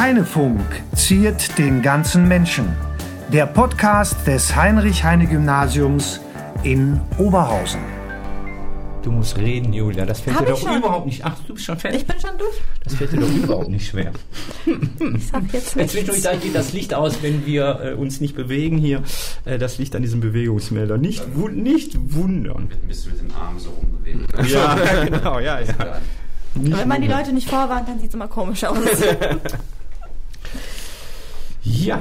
Heinefunk ziert den ganzen Menschen. Der Podcast des Heinrich-Heine-Gymnasiums in Oberhausen. Du musst reden, Julia. Das fällt dir doch überhaupt nicht. Ach, du bist schon fertig? Ich bin schon durch. Das fällt dir doch überhaupt nicht schwer. Ich sag jetzt nichts. Zwischendurch geht das Licht aus, wenn wir uns nicht bewegen hier. Das Licht an diesem Bewegungsmelder. Nicht wundern. Wird ein bisschen mit den Armen so rumbewegen. Ja, genau, ja. Wenn man die Leute nicht vorwarnt, dann sieht es immer komisch aus. Ja.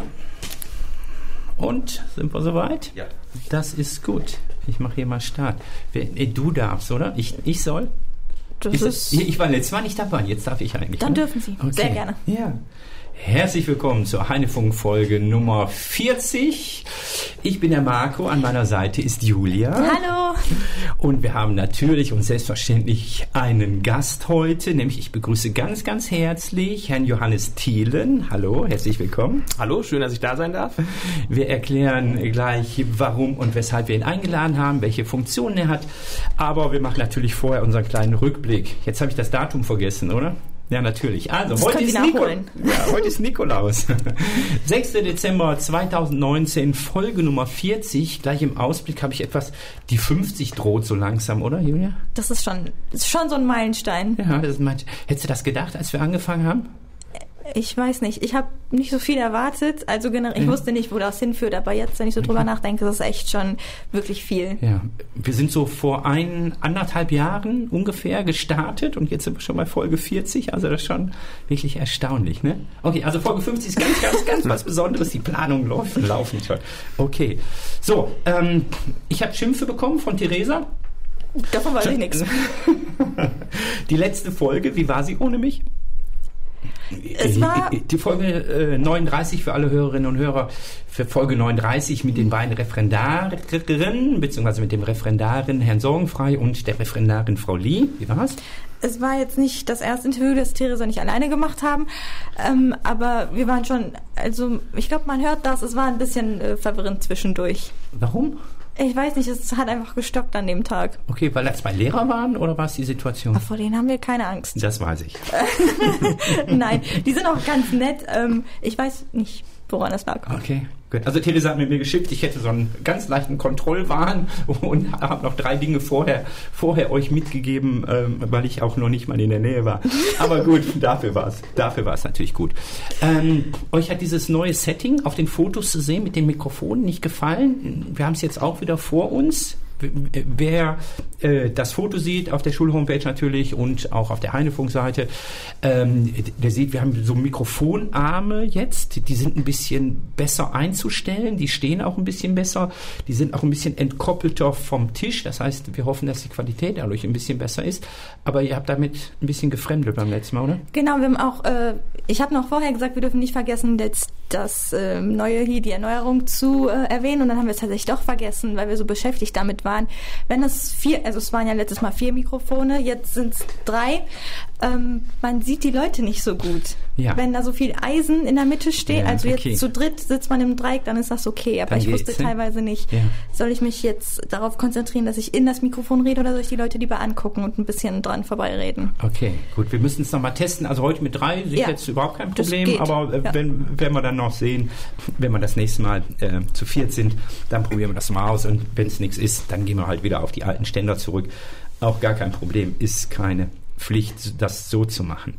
Und, sind wir soweit? Ja. Das ist gut. Ich mache hier mal Start. Du darfst, oder? Ich soll? Ich war letztes Mal nicht dabei, jetzt darf ich eigentlich. Dann dürfen Sie, okay. Sehr gerne. Ja. Herzlich willkommen zur Heinefunk-Folge Nummer 40. Ich bin der Marco, an meiner Seite ist Julia. Hallo. Und wir haben natürlich und selbstverständlich einen Gast heute, nämlich ich begrüße ganz, ganz herzlich Herrn Johannes Thielen. Hallo, herzlich willkommen. Hallo, schön, dass ich da sein darf. Wir erklären gleich, warum und weshalb wir ihn eingeladen haben, welche Funktionen er hat. Aber wir machen natürlich vorher unseren kleinen Rückblick. Jetzt habe ich das Datum vergessen, oder? Ja, natürlich. Also, heute ist Nikolaus. 6. Dezember 2019, Folge Nummer 40. Gleich im Ausblick habe ich etwas, die 50 droht so langsam, oder, Julia? Das ist schon so ein Meilenstein. Ja, das ist hättest du das gedacht, als wir angefangen haben? Ich weiß nicht. Ich habe nicht so viel erwartet. Also generell, ich wusste nicht, wo das hinführt. Aber jetzt, wenn ich so drüber nachdenke, ist das echt schon wirklich viel. Ja, wir sind so vor 1,5 Jahren ungefähr gestartet und jetzt sind wir schon bei Folge 40. Also das ist schon wirklich erstaunlich, ne? Okay, also Folge 50 ist ganz was Besonderes. Die Planungen laufen schon. Okay, so, ich habe Schimpfe bekommen von Theresa. Davon weiß ich nichts. Die letzte Folge, wie war sie ohne mich? Es war die Folge 39 für alle Hörerinnen und Hörer, für Folge 39 mit den beiden Referendarinnen, beziehungsweise mit dem Referendarin Herrn Sorgenfrei und der Referendarin Frau Lee. Wie war's? Es war jetzt nicht das erste Interview, das Theresa und ich alleine gemacht haben, aber wir waren schon, also ich glaube, man hört das, es war ein bisschen verwirrend zwischendurch. Warum? Ich weiß nicht, es hat einfach gestockt an dem Tag. Okay, weil das 2 Lehrer waren oder war es die Situation? Vor denen haben wir keine Angst. Das weiß ich. Nein, die sind auch ganz nett. Ich weiß nicht, woran das lag. Okay, gut. Also Theresa hat mit mir geschickt, ich hätte so einen ganz leichten Kontrollwahn und habe noch 3 Dinge vorher euch mitgegeben, weil ich auch noch nicht mal in der Nähe war. Aber gut, dafür war es natürlich gut. Euch hat dieses neue Setting auf den Fotos zu sehen mit den Mikrofonen nicht gefallen? Wir haben es jetzt auch wieder vor uns. Wer das Foto sieht auf der Schulhomepage natürlich und auch auf der Heinefunk-Seite, der sieht, wir haben so Mikrofonarme jetzt, die sind ein bisschen besser einzustellen, die stehen auch ein bisschen besser, die sind auch ein bisschen entkoppelter vom Tisch, das heißt, wir hoffen, dass die Qualität dadurch ein bisschen besser ist, aber ihr habt damit ein bisschen gefremdet beim letzten Mal, oder? Genau, wir haben auch, ich habe noch vorher gesagt, wir dürfen nicht vergessen, das neue hier, die Erneuerung zu erwähnen und dann haben wir es tatsächlich doch vergessen, weil wir so beschäftigt damit waren. Wenn es es waren ja letztes Mal 4 Mikrofone, jetzt sind es 3. Man sieht die Leute nicht so gut. Ja. Wenn da so viel Eisen in der Mitte steht, ja, also jetzt zu dritt sitzt man im Dreieck, dann ist das okay. Aber dann ich wusste teilweise nicht, soll ich mich jetzt darauf konzentrieren, dass ich in das Mikrofon rede oder soll ich die Leute lieber angucken und ein bisschen dran vorbeireden? Okay, gut, wir müssen es nochmal testen. Also heute mit 3 sehe ich jetzt überhaupt kein Problem, aber wenn wir dann noch sehen, wenn wir das nächste Mal zu 4 sind, dann probieren wir das mal aus und wenn es nichts ist, dann gehen wir halt wieder auf die alten Ständer zurück. Auch gar kein Problem, ist keine Pflicht, das so zu machen.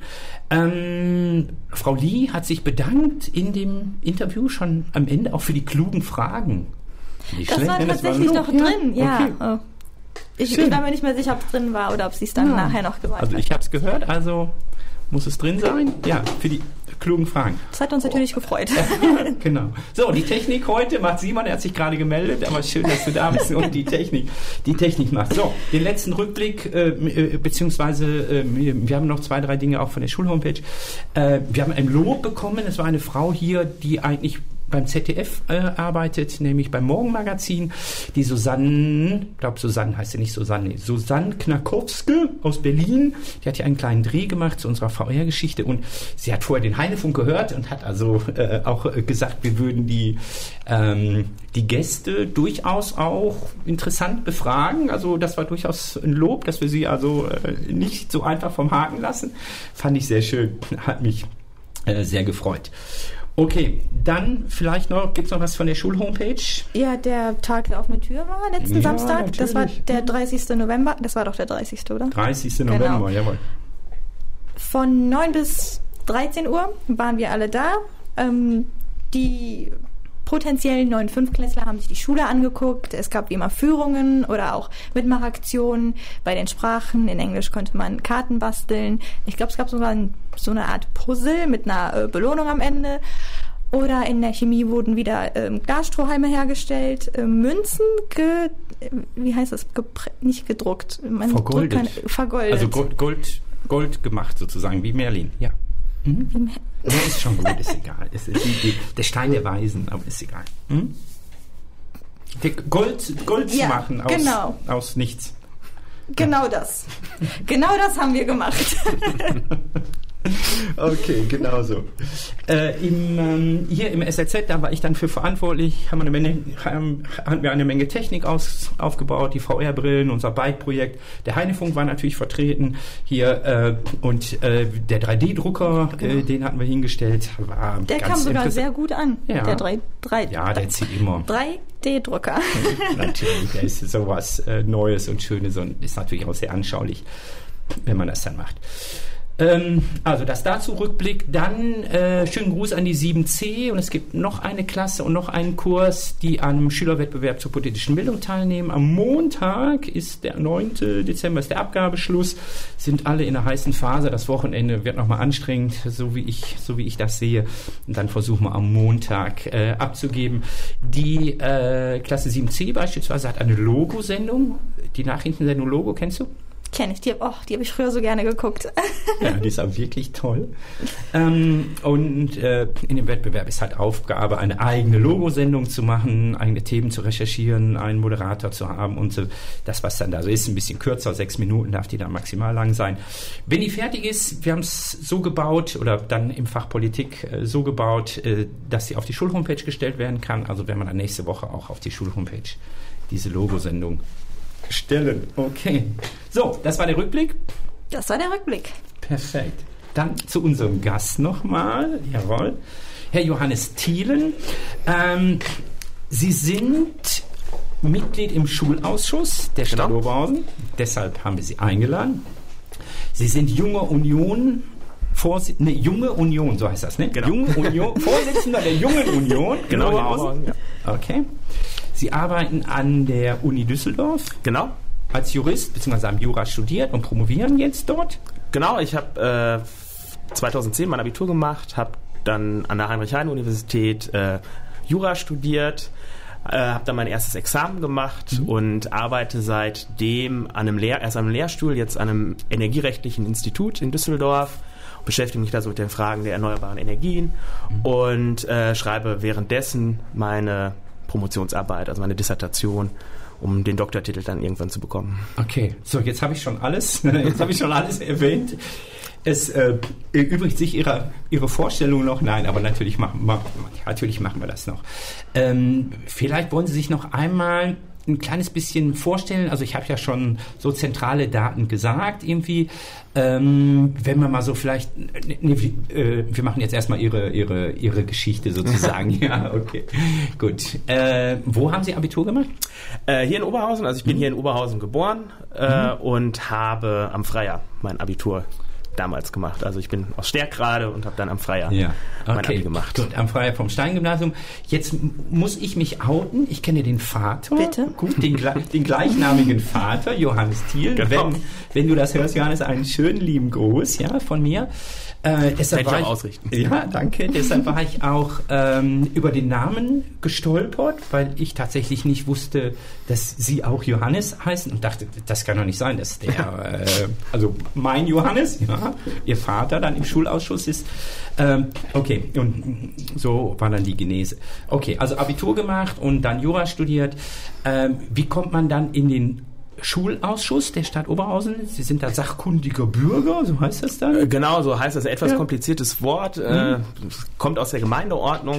Frau Lee hat sich bedankt in dem Interview schon am Ende auch für die klugen Fragen. Das war tatsächlich noch drin, ja. Okay. Oh. Ich war mir nicht mehr sicher, ob es drin war oder ob sie es dann nachher noch gesagt hat. Also ich habe es gehört, also muss es drin sein? Ja, für die klugen Fragen. Das hat uns natürlich gefreut. Genau. So, die Technik heute macht Simon, er hat sich gerade gemeldet, aber schön, dass du da bist und die Technik macht. So, den letzten Rückblick, beziehungsweise wir haben noch 2, 3 Dinge auch von der Schulhomepage. Wir haben ein Lob bekommen, es war eine Frau hier, die eigentlich beim ZDF arbeitet, nämlich beim Morgenmagazin, die Susanne heißt sie nicht Susanne, Susanne Knakowske aus Berlin, die hat ja einen kleinen Dreh gemacht zu unserer VR-Geschichte und sie hat vorher den Heinefunk gehört und hat also auch gesagt, wir würden die Gäste durchaus auch interessant befragen, also das war durchaus ein Lob, dass wir sie also nicht so einfach vom Haken lassen, fand ich sehr schön, hat mich sehr gefreut. Okay, dann vielleicht noch, gibt es noch was von der Schulhomepage? Ja, der Tag der offenen Tür war letzten Samstag. Natürlich. Das war der 30. November. Das war doch der 30. oder? 30. November, jawohl. Von 9 bis 13 Uhr waren wir alle da. Die potenziellen neuen Fünftklässler haben sich die Schule angeguckt. Es gab wie immer Führungen oder auch Mitmachaktionen. Bei den Sprachen, in Englisch konnte man Karten basteln. Ich glaube, es gab sogar so eine Art Puzzle mit einer Belohnung am Ende. Oder in der Chemie wurden wieder Glasstrohhalme hergestellt, Münzen, wie heißt das? Nicht gedruckt. Vergoldet. Vergoldet. Also Gold gemacht sozusagen, wie Merlin, ja. Mhm. Ja, ist schon gut, ist egal. Es ist der Stein der Weisen, aber ist egal. Mhm. Gold zu machen aus nichts. Genau das. Genau das haben wir gemacht. Okay, genau so. Hier im SLZ, da war ich dann für verantwortlich, haben wir eine Menge Technik aufgebaut, die VR-Brillen, unser Bike-Projekt. Der Heinefunk war natürlich vertreten hier und der 3D-Drucker, den hatten wir hingestellt. Der kam sogar sehr gut an, ja. Der 3D. Ja, der zieht immer. 3D-Drucker. Natürlich, der ist sowas Neues und Schönes und ist natürlich auch sehr anschaulich, wenn man das dann macht. Also das dazu Rückblick, dann schönen Gruß an die 7C und es gibt noch eine Klasse und noch einen Kurs, die an einem Schülerwettbewerb zur politischen Bildung teilnehmen. Am Montag ist der 9. Dezember, ist der Abgabeschluss, sind alle in einer heißen Phase, das Wochenende wird nochmal anstrengend, so wie ich das sehe, und dann versuchen wir am Montag abzugeben. Die Klasse 7C beispielsweise hat eine Logo-Sendung, die Nachrichtensendung Logo, kennst du? Kenne ich, die habe ich früher so gerne geguckt. Ja, die ist auch wirklich toll. In dem Wettbewerb ist halt Aufgabe, eine eigene Logosendung zu machen, eigene Themen zu recherchieren, einen Moderator zu haben und so. Das, was dann da so ist, ein bisschen kürzer, 6 Minuten darf die dann maximal lang sein. Wenn die fertig ist, wir haben es so gebaut oder dann im Fach Politik so gebaut, dass sie auf die Schulhomepage gestellt werden kann. Also wenn man dann nächste Woche auch auf die Schulhomepage diese Logosendung stellen. Okay. So, das war der Rückblick. Das war der Rückblick. Perfekt. Dann zu unserem Gast nochmal. Jawohl. Herr Johannes Thielen. Sie sind Mitglied im Schulausschuss der Stadt Oberhausen. Deshalb haben wir Sie eingeladen. Sie sind Junge Union, so heißt das, ne? Genau. Junge Union, Vorsitzender der Jungen Union. Genau. Oberhausen. Ja. Okay. Sie arbeiten an der Uni Düsseldorf. Genau. Als Jurist, beziehungsweise haben Jura studiert und promovieren jetzt dort. Genau, ich habe 2010 mein Abitur gemacht, habe dann an der Heinrich-Heine-Universität Jura studiert, habe dann mein erstes Examen gemacht und arbeite seitdem erst an einem Lehrstuhl, jetzt an einem energierechtlichen Institut in Düsseldorf. Beschäftige mich da so mit den Fragen der erneuerbaren Energien und schreibe währenddessen meine Promotionsarbeit, also meine Dissertation, um den Doktortitel dann irgendwann zu bekommen. Okay, so jetzt habe ich schon alles erwähnt. Es erübrigt sich Ihre Vorstellung noch? Nein, aber natürlich machen wir das noch. Vielleicht wollen Sie sich noch einmal ein kleines bisschen vorstellen. Also ich habe ja schon so zentrale Daten gesagt irgendwie. Wenn wir mal so vielleicht, wir machen jetzt erstmal Ihre Geschichte sozusagen. Ja, okay, gut. Wo haben Sie Abitur gemacht? Hier in Oberhausen. Also ich bin hier in Oberhausen geboren und habe am Freier mein Abitur damals gemacht. Also ich bin aus Stärkrade und habe dann am Freier mein Abi gemacht. Gut, am Freier vom Steingymnasium. Jetzt muss ich mich outen. Ich kenne den Vater. Bitte? Gut, den gleichnamigen Vater, Johannes Thielen. Genau. Wenn du das hörst, Johannes, einen schönen lieben Gruß, ja, von mir. Deshalb werde ich auch ausrichten. Ja, danke. Deshalb war ich auch über den Namen gestolpert, weil ich tatsächlich nicht wusste, dass Sie auch Johannes heißen und dachte, das kann doch nicht sein, dass der, also mein Johannes, ja, Ihr Vater dann im Schulausschuss ist. Okay, und so war dann die Genese. Okay, also Abitur gemacht und dann Jura studiert. Wie kommt man dann in den Schulausschuss der Stadt Oberhausen? Sie sind da sachkundiger Bürger, so heißt das dann? Genau, so heißt das. Etwas kompliziertes Wort. Kommt aus der Gemeindeordnung.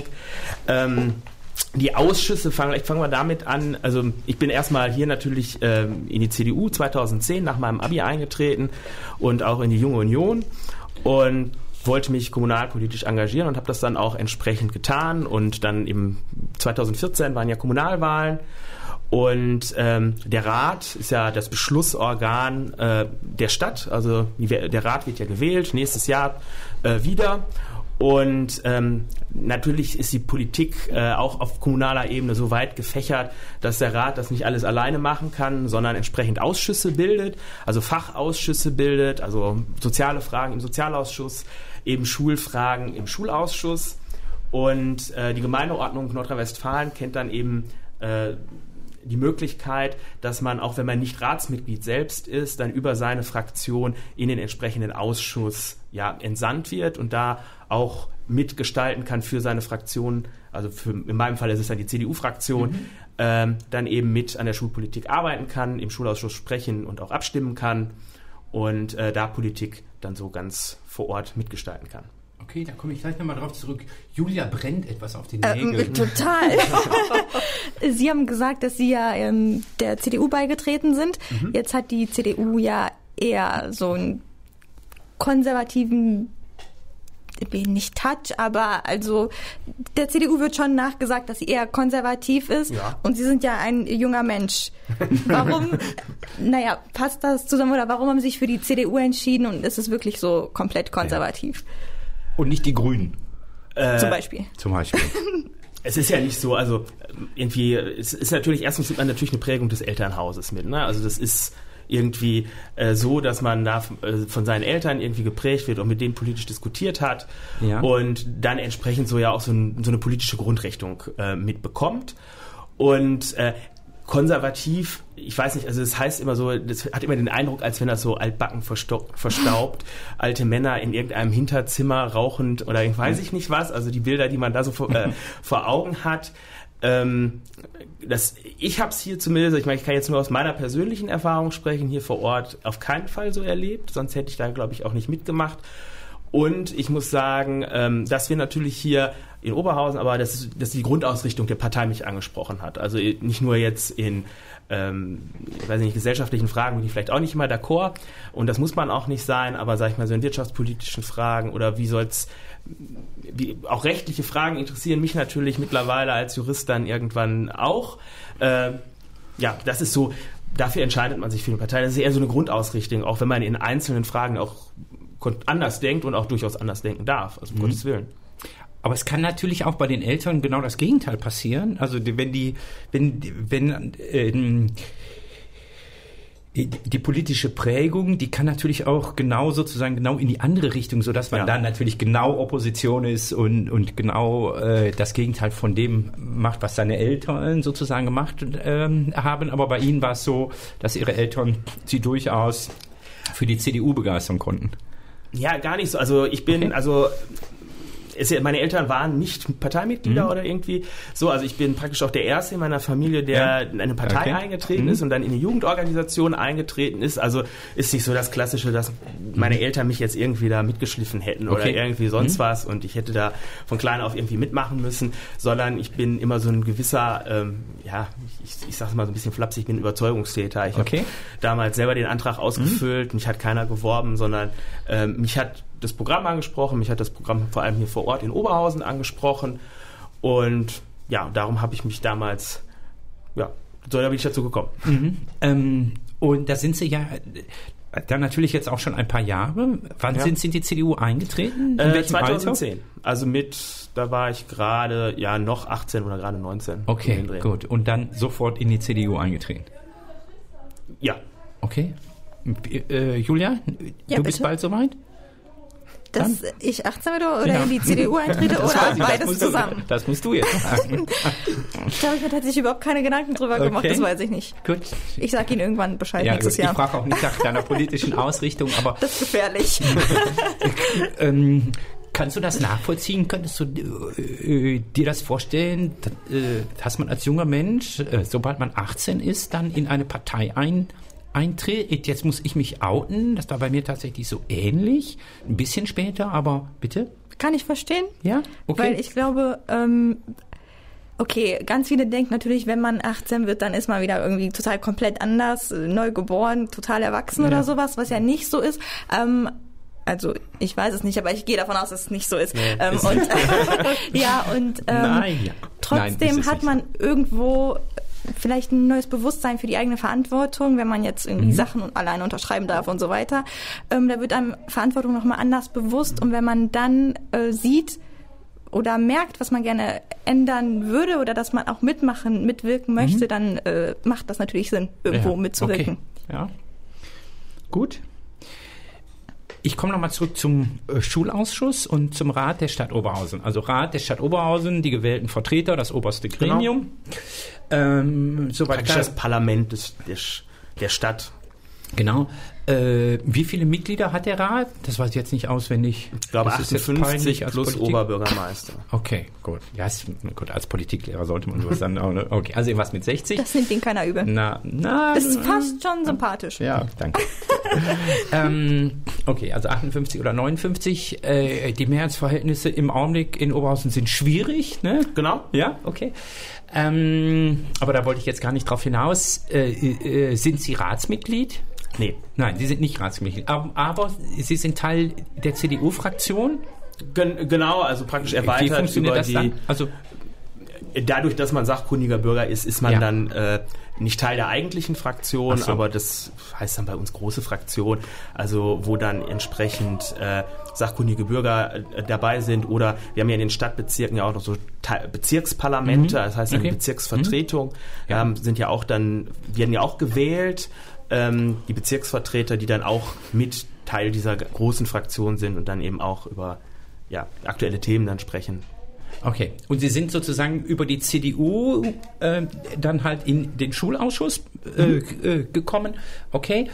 Die Ausschüsse, vielleicht fangen wir damit an. Also ich bin erstmal hier natürlich in die CDU 2010 nach meinem Abi eingetreten und auch in die Junge Union. Und wollte mich kommunalpolitisch engagieren und habe das dann auch entsprechend getan. Und dann im 2014 waren ja Kommunalwahlen. Und der Rat ist ja das Beschlussorgan der Stadt. Also der Rat wird ja gewählt, nächstes Jahr wieder. Und natürlich ist die Politik auch auf kommunaler Ebene so weit gefächert, dass der Rat das nicht alles alleine machen kann, sondern entsprechend Ausschüsse bildet, also Fachausschüsse bildet, also soziale Fragen im Sozialausschuss, eben Schulfragen im Schulausschuss. Und die Gemeindeordnung Nordrhein-Westfalen kennt dann eben die Möglichkeit, dass man, auch wenn man nicht Ratsmitglied selbst ist, dann über seine Fraktion in den entsprechenden Ausschuss entsandt wird und da auch mitgestalten kann für seine Fraktion, also in meinem Fall ist es dann die CDU-Fraktion, dann eben mit an der Schulpolitik arbeiten kann, im Schulausschuss sprechen und auch abstimmen kann und da Politik dann so ganz vor Ort mitgestalten kann. Okay, da komme ich gleich nochmal drauf zurück. Julia brennt etwas auf den Nägeln. Total. Sie haben gesagt, dass Sie ja der CDU beigetreten sind. Jetzt hat die CDU ja eher so einen konservativen, nicht Touch, aber also der CDU wird schon nachgesagt, dass sie eher konservativ ist. Ja. Und Sie sind ja ein junger Mensch. Warum, passt das zusammen oder warum haben Sie sich für die CDU entschieden und ist es wirklich so komplett konservativ? Und nicht die Grünen. Zum Beispiel. Es ist ja nicht so, also irgendwie, es ist natürlich, erstens nimmt man natürlich eine Prägung des Elternhauses mit, ne? Also das ist irgendwie so, dass man da von seinen Eltern irgendwie geprägt wird und mit denen politisch diskutiert hat und dann entsprechend so ja auch so eine politische Grundrichtung mitbekommt. Und konservativ, ich weiß nicht, also das heißt immer so, das hat immer den Eindruck, als wenn das so altbacken verstaubt, alte Männer in irgendeinem Hinterzimmer rauchend oder weiß ich nicht was, also die Bilder, die man da so vor Augen hat. Ich habe es hier zumindest, ich meine, ich kann jetzt nur aus meiner persönlichen Erfahrung sprechen, hier vor Ort auf keinen Fall so erlebt, sonst hätte ich da, glaube ich, auch nicht mitgemacht. Und ich muss sagen, dass wir natürlich hier in Oberhausen, aber dass die Grundausrichtung der Partei mich angesprochen hat. Also nicht nur jetzt in gesellschaftlichen Fragen bin ich vielleicht auch nicht immer d'accord. Und das muss man auch nicht sein, aber sag ich mal, so in wirtschaftspolitischen Fragen oder auch rechtliche Fragen interessieren mich natürlich mittlerweile als Jurist dann irgendwann auch. Das ist so, dafür entscheidet man sich für eine Partei. Das ist eher so eine Grundausrichtung, auch wenn man in einzelnen Fragen auch anders denkt und auch durchaus anders denken darf, also um Gottes Willen. Aber es kann natürlich auch bei den Eltern genau das Gegenteil passieren. Also wenn die politische Prägung, die kann natürlich auch genau in die andere Richtung, sodass man dann natürlich genau Opposition ist und genau das Gegenteil von dem macht, was seine Eltern sozusagen gemacht haben. Aber bei Ihnen war es so, dass Ihre Eltern Sie durchaus für die CDU begeistern konnten. Ja, gar nicht so. Also meine Eltern waren nicht Parteimitglieder oder irgendwie so. Also ich bin praktisch auch der Erste in meiner Familie, der in eine Partei eingetreten ist und dann in eine Jugendorganisation eingetreten ist. Also ist nicht so das Klassische, dass meine Eltern mich jetzt irgendwie da mitgeschliffen hätten oder irgendwie sonst was und ich hätte da von klein auf irgendwie mitmachen müssen, sondern ich bin immer so ein gewisser, ich sag's mal so ein bisschen flapsig, ich bin Überzeugungstäter. Ich habe damals selber den Antrag ausgefüllt, mich hat keiner geworben, sondern mich hat das Programm angesprochen, mich hat das Programm vor allem hier vor Ort in Oberhausen angesprochen und darum habe ich mich damals, so da bin ich dazu gekommen. Und da sind Sie ja dann natürlich jetzt auch schon ein paar Jahre. Wann sind Sie in die CDU eingetreten? 2010. Also da war ich gerade noch 18 oder gerade 19. Okay, gut. Und dann sofort in die CDU eingetreten? Ja. Okay. Julia, du bist bald soweit? Dass ich 18 oder in die CDU eintrete oder beides zusammen? Das musst du jetzt sagen. Da habe ich mir tatsächlich überhaupt keine Gedanken drüber gemacht, das weiß ich nicht. Gut. Ich sage Ihnen irgendwann Bescheid nächstes Jahr. Ich frage auch nicht nach deiner politischen Ausrichtung, aber... Das ist gefährlich. Kannst du das nachvollziehen? Könntest du dir das vorstellen, dass man als junger Mensch, sobald man 18 ist, dann in eine Partei eintritt? Jetzt muss ich mich outen. Das war bei mir tatsächlich so ähnlich. Ein bisschen später, aber bitte? Kann ich verstehen. Ja? Okay. Weil ich glaube, ganz viele denken natürlich, wenn man 18 wird, dann ist man wieder irgendwie total komplett anders, neu geboren, total erwachsen oder sowas, was ja nicht so ist. Also ich weiß es nicht, aber ich gehe davon aus, dass es nicht so ist. Nee, Trotzdem hat man irgendwo vielleicht ein neues Bewusstsein für die eigene Verantwortung, wenn man jetzt irgendwie Sachen alleine unterschreiben darf und so weiter. Da wird einem Verantwortung nochmal anders bewusst und wenn man dann sieht oder merkt, was man gerne ändern würde oder dass man auch mitwirken möchte, dann macht das natürlich Sinn, irgendwo mitzuwirken. Okay. Ja, gut. Ich komme nochmal zurück zum Schulausschuss und zum Rat der Stadt Oberhausen. Also Rat der Stadt Oberhausen, die gewählten Vertreter, das oberste Gremium. Soweit das Parlament der Stadt. Genau. Wie viele Mitglieder hat der Rat? Das weiß ich jetzt nicht auswendig. Ich glaube 58 plus Oberbürgermeister. Okay, gut. Ja, gut, als Politiklehrer sollte man sowas dann auch. Okay, also irgendwas mit 60. Das nimmt den keiner übel. Das ist fast schon sympathisch. Ja, danke. Okay, also 58 oder 59. Die Mehrheitsverhältnisse im Augenblick in Oberhausen sind schwierig, ne? Genau. Ja, okay. Aber da wollte ich jetzt gar nicht drauf hinaus. Sind Sie Ratsmitglied? Nee. Nein, Sie sind nicht Ratsmitglied. Aber Sie sind Teil der CDU-Fraktion? Genau, also praktisch erweitert. Wie funktioniert das dann? Also dadurch, dass man sachkundiger Bürger ist man dann nicht Teil der eigentlichen Fraktion, aber das heißt dann bei uns große Fraktion, also wo dann entsprechend sachkundige Bürger dabei sind oder wir haben ja in den Stadtbezirken ja auch noch so Bezirksparlamente, das heißt eine Bezirksvertretung, sind ja auch dann, werden ja auch gewählt, die Bezirksvertreter, die dann auch mit Teil dieser großen Fraktion sind und dann eben auch über aktuelle Themen dann sprechen. Okay, und Sie sind sozusagen über die CDU dann halt in den Schulausschuss gekommen. Okay,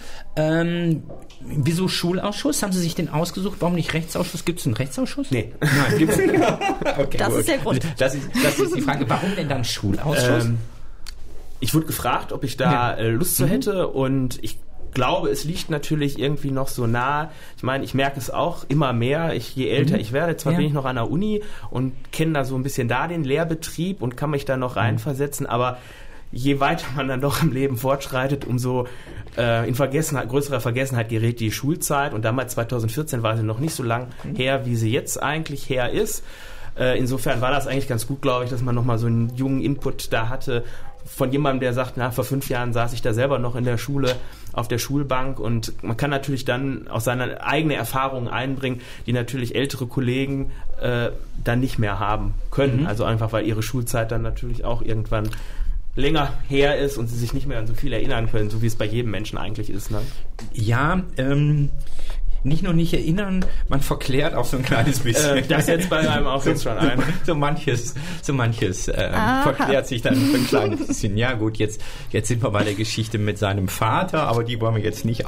wieso Schulausschuss? Haben Sie sich den ausgesucht? Warum nicht Rechtsausschuss? Gibt es einen Rechtsausschuss? Nee. Nein, gibt's nicht. Okay, das ist der Grund. Das ist die Frage. Warum denn dann Schulausschuss? Ich wurde gefragt, ob ich da Lust zu hätte und ich glaube, es liegt natürlich irgendwie noch so nah. Ich meine, ich merke es auch immer mehr, je älter ich werde. Zwar bin ich noch an der Uni und kenne da so ein bisschen den Lehrbetrieb und kann mich da noch reinversetzen, aber je weiter man dann doch im Leben fortschreitet, umso in größere Vergessenheit gerät die Schulzeit und damals 2014 war sie noch nicht so lang her, wie sie jetzt eigentlich her ist. Insofern war das eigentlich ganz gut, glaube ich, dass man nochmal so einen jungen Input da hatte von jemandem, der sagt, vor 5 Jahren saß ich da selber noch in der Schule auf der Schulbank und man kann natürlich dann auch seine eigene Erfahrungen einbringen, die natürlich ältere Kollegen dann nicht mehr haben können. Also einfach, weil ihre Schulzeit dann natürlich auch irgendwann länger her ist und sie sich nicht mehr an so viel erinnern können, so wie es bei jedem Menschen eigentlich ist. Ne? Ja, nicht nur nicht erinnern, man verklärt auch so ein kleines bisschen. Das jetzt bei einem auch jetzt schon ein. So manches verklärt sich dann so ein kleines bisschen. Ja gut, jetzt sind wir bei der Geschichte mit seinem Vater, aber die wollen wir jetzt nicht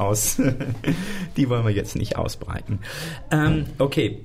ausbreiten. Okay.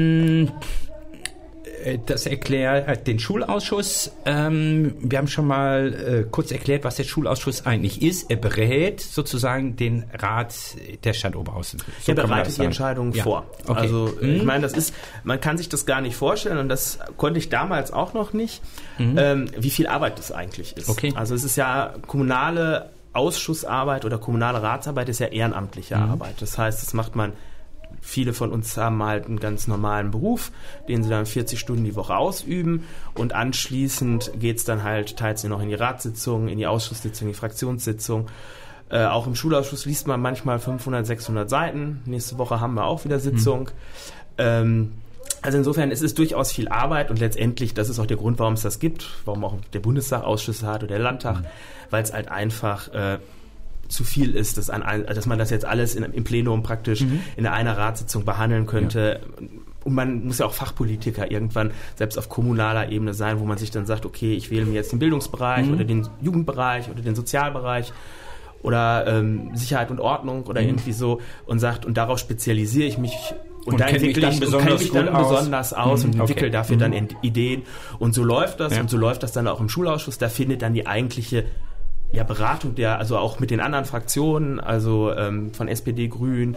Das erklärt den Schulausschuss. Wir haben schon mal kurz erklärt, was der Schulausschuss eigentlich ist. Er berät sozusagen den Rat der Stadt Oberhausen. Er bereitet die Entscheidungen vor. Okay. Also ich meine, man kann sich das gar nicht vorstellen und das konnte ich damals auch noch nicht, wie viel Arbeit das eigentlich ist. Okay. Also es ist ja kommunale Ausschussarbeit oder kommunale Ratsarbeit ist ja ehrenamtliche Arbeit. Das heißt, das macht man. Viele von uns haben halt einen ganz normalen Beruf, den sie dann 40 Stunden die Woche ausüben und anschließend geht's dann halt teils noch in die Ratssitzung, in die Ausschusssitzung, in die Fraktionssitzung. Auch im Schulausschuss liest man manchmal 500, 600 Seiten. Nächste Woche haben wir auch wieder Sitzung. Also insofern ist es durchaus viel Arbeit und letztendlich, das ist auch der Grund, warum es das gibt, warum auch der Bundestag Ausschüsse hat oder der Landtag, weil es halt einfach zu viel ist, dass man das jetzt alles im Plenum praktisch in einer Ratssitzung behandeln könnte. Ja. Und man muss ja auch Fachpolitiker irgendwann selbst auf kommunaler Ebene sein, wo man sich dann sagt, okay, ich wähle mir jetzt den Bildungsbereich oder den Jugendbereich oder den Sozialbereich oder Sicherheit und Ordnung oder irgendwie so und sagt, und darauf spezialisiere ich mich und da entwickle ich mich dann besonders aus und entwickle dafür dann Ideen. Und so läuft das und so läuft das dann auch im Schulausschuss. Da findet dann die eigentliche Beratung also auch mit den anderen Fraktionen, also von SPD, Grünen,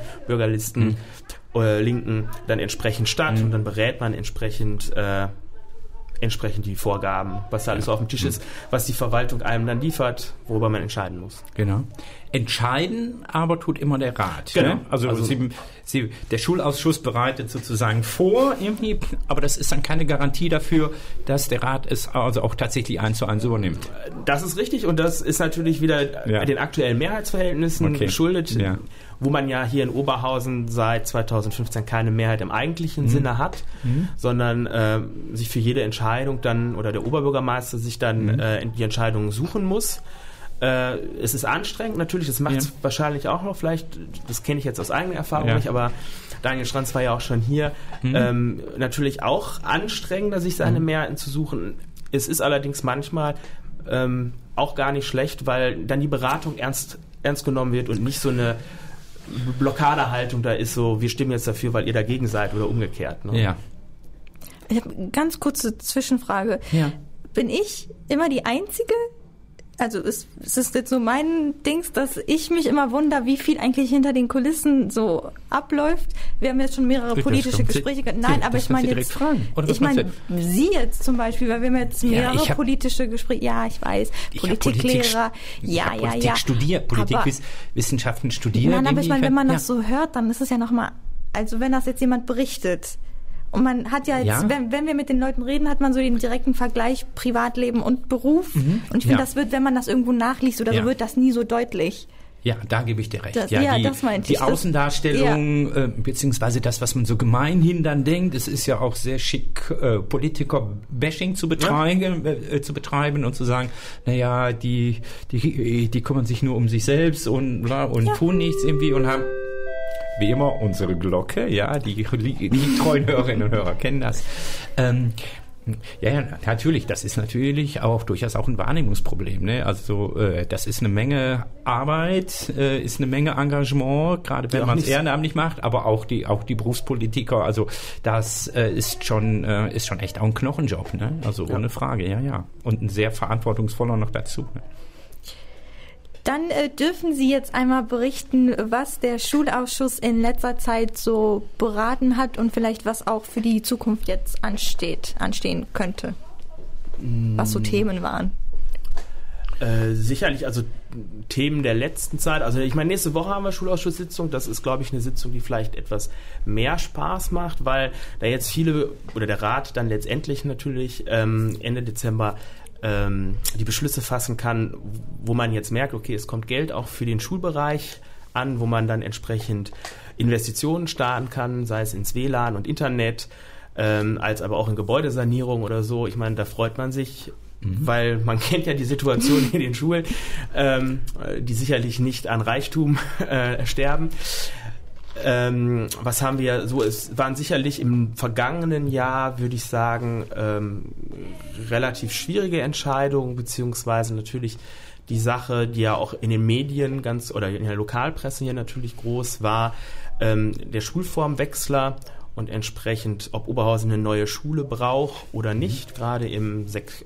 Bürgerlisten, Linken, dann entsprechend statt und dann berät man entsprechend entsprechend die Vorgaben, was da alles auf dem Tisch ist, was die Verwaltung einem dann liefert, worüber man entscheiden muss. Genau. Entscheiden aber tut immer der Rat. Genau. Ne? Also der Schulausschuss bereitet sozusagen vor irgendwie, aber das ist dann keine Garantie dafür, dass der Rat es also auch tatsächlich 1:1 übernimmt. Das ist richtig und das ist natürlich wieder den aktuellen Mehrheitsverhältnissen geschuldet, wo man ja hier in Oberhausen seit 2015 keine Mehrheit im eigentlichen Sinne hat, sondern sich für jede Entscheidung dann oder der Oberbürgermeister sich dann die Entscheidungen suchen muss. Es ist anstrengend, natürlich, das macht es wahrscheinlich auch noch, vielleicht, das kenne ich jetzt aus eigener Erfahrung nicht, aber Daniel Stranz war ja auch schon hier, natürlich auch anstrengender, sich seine Mehrheiten zu suchen. Es ist allerdings manchmal auch gar nicht schlecht, weil dann die Beratung ernst genommen wird und nicht so eine Blockadehaltung da ist, so, wir stimmen jetzt dafür, weil ihr dagegen seid oder umgekehrt. Ne? Ja. Ich habe eine ganz kurze Zwischenfrage. Ja. Bin ich immer die Einzige? Also es ist jetzt so mein Dings, dass ich mich immer wundere, wie viel eigentlich hinter den Kulissen so abläuft. Wir haben jetzt schon mehrere politische Gespräche gehabt. Nein, aber ich meine jetzt, ich meine Sie jetzt zum Beispiel, weil wir haben jetzt mehrere politische Gespräche. Ja, ich weiß, Politiklehrer, Politikwissenschaften studiert. Nein, aber ich meine, wenn man das so hört, dann ist es ja nochmal, also wenn das jetzt jemand berichtet, und man hat ja jetzt, wenn wir mit den Leuten reden, hat man so den direkten Vergleich Privatleben und Beruf. Und ich finde, das wird, wenn man das irgendwo nachliest oder so, wird das nie so deutlich. Ja, da gebe ich dir recht. Das meinte ich. Die Außendarstellung, beziehungsweise das, was man so gemeinhin dann denkt, es ist ja auch sehr schick, Politiker-Bashing zu betreiben und zu sagen, naja, die kümmern sich nur um sich selbst und tun nichts irgendwie und haben wie immer unsere Glocke, die treuen Hörerinnen und Hörer kennen das. Natürlich, das ist natürlich auch durchaus auch ein Wahrnehmungsproblem. Ne? Also das ist eine Menge Arbeit, ist eine Menge Engagement, gerade wenn man es ehrenamtlich macht, aber auch die Berufspolitiker. Also das ist schon echt auch ein Knochenjob, ne? Also ohne Frage, und ein sehr verantwortungsvoller noch dazu. Ne? Dann dürfen Sie jetzt einmal berichten, was der Schulausschuss in letzter Zeit so beraten hat und vielleicht was auch für die Zukunft jetzt anstehen könnte. Was so Themen waren. Sicherlich, also Themen der letzten Zeit. Also ich meine, nächste Woche haben wir Schulausschusssitzung. Das ist, glaube ich, eine Sitzung, die vielleicht etwas mehr Spaß macht, weil da jetzt der Rat dann letztendlich natürlich Ende Dezember die Beschlüsse fassen kann, wo man jetzt merkt, okay, es kommt Geld auch für den Schulbereich an, wo man dann entsprechend Investitionen starten kann, sei es ins WLAN und Internet, als aber auch in Gebäudesanierung oder so. Ich meine, da freut man sich, weil man kennt ja die Situation in den Schulen, die sicherlich nicht an Reichtum sterben. Was haben wir so? Es waren sicherlich im vergangenen Jahr, würde ich sagen, relativ schwierige Entscheidungen, beziehungsweise natürlich die Sache, die ja auch in den Medien oder in der Lokalpresse hier natürlich groß war, der Schulformwechsler und entsprechend, ob Oberhausen eine neue Schule braucht oder nicht, gerade im Sek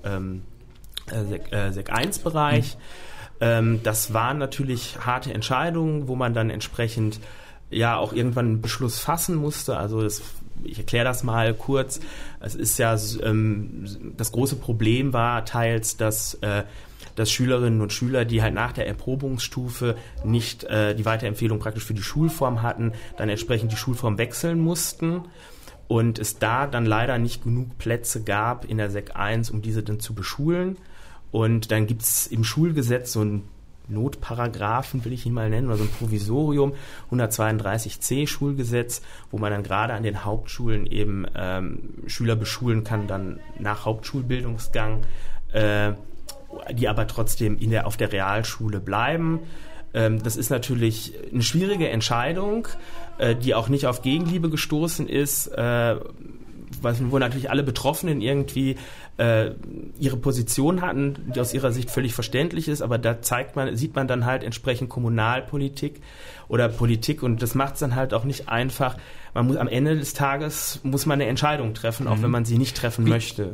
1-Bereich. Das waren natürlich harte Entscheidungen, wo man dann entsprechend auch irgendwann einen Beschluss fassen musste. Also ich erkläre das mal kurz. Es ist ja, das große Problem war teils, dass Schülerinnen und Schüler, die halt nach der Erprobungsstufe nicht die Weiterempfehlung praktisch für die Schulform hatten, dann entsprechend die Schulform wechseln mussten und es da dann leider nicht genug Plätze gab in der Sek 1, um diese dann zu beschulen. Und dann gibt es im Schulgesetz so ein Notparagraphen, will ich ihn mal nennen, oder so ein Provisorium, 132c Schulgesetz, wo man dann gerade an den Hauptschulen eben Schüler beschulen kann, dann nach Hauptschulbildungsgang, die aber trotzdem auf der Realschule bleiben. Das ist natürlich eine schwierige Entscheidung, die auch nicht auf Gegenliebe gestoßen ist, wo natürlich alle Betroffenen irgendwie ihre Position hatten, die aus ihrer Sicht völlig verständlich ist, aber da sieht man dann halt entsprechend Kommunalpolitik oder Politik und das macht es dann halt auch nicht einfach. Am Ende des Tages muss man eine Entscheidung treffen, auch wenn man sie nicht treffen möchte.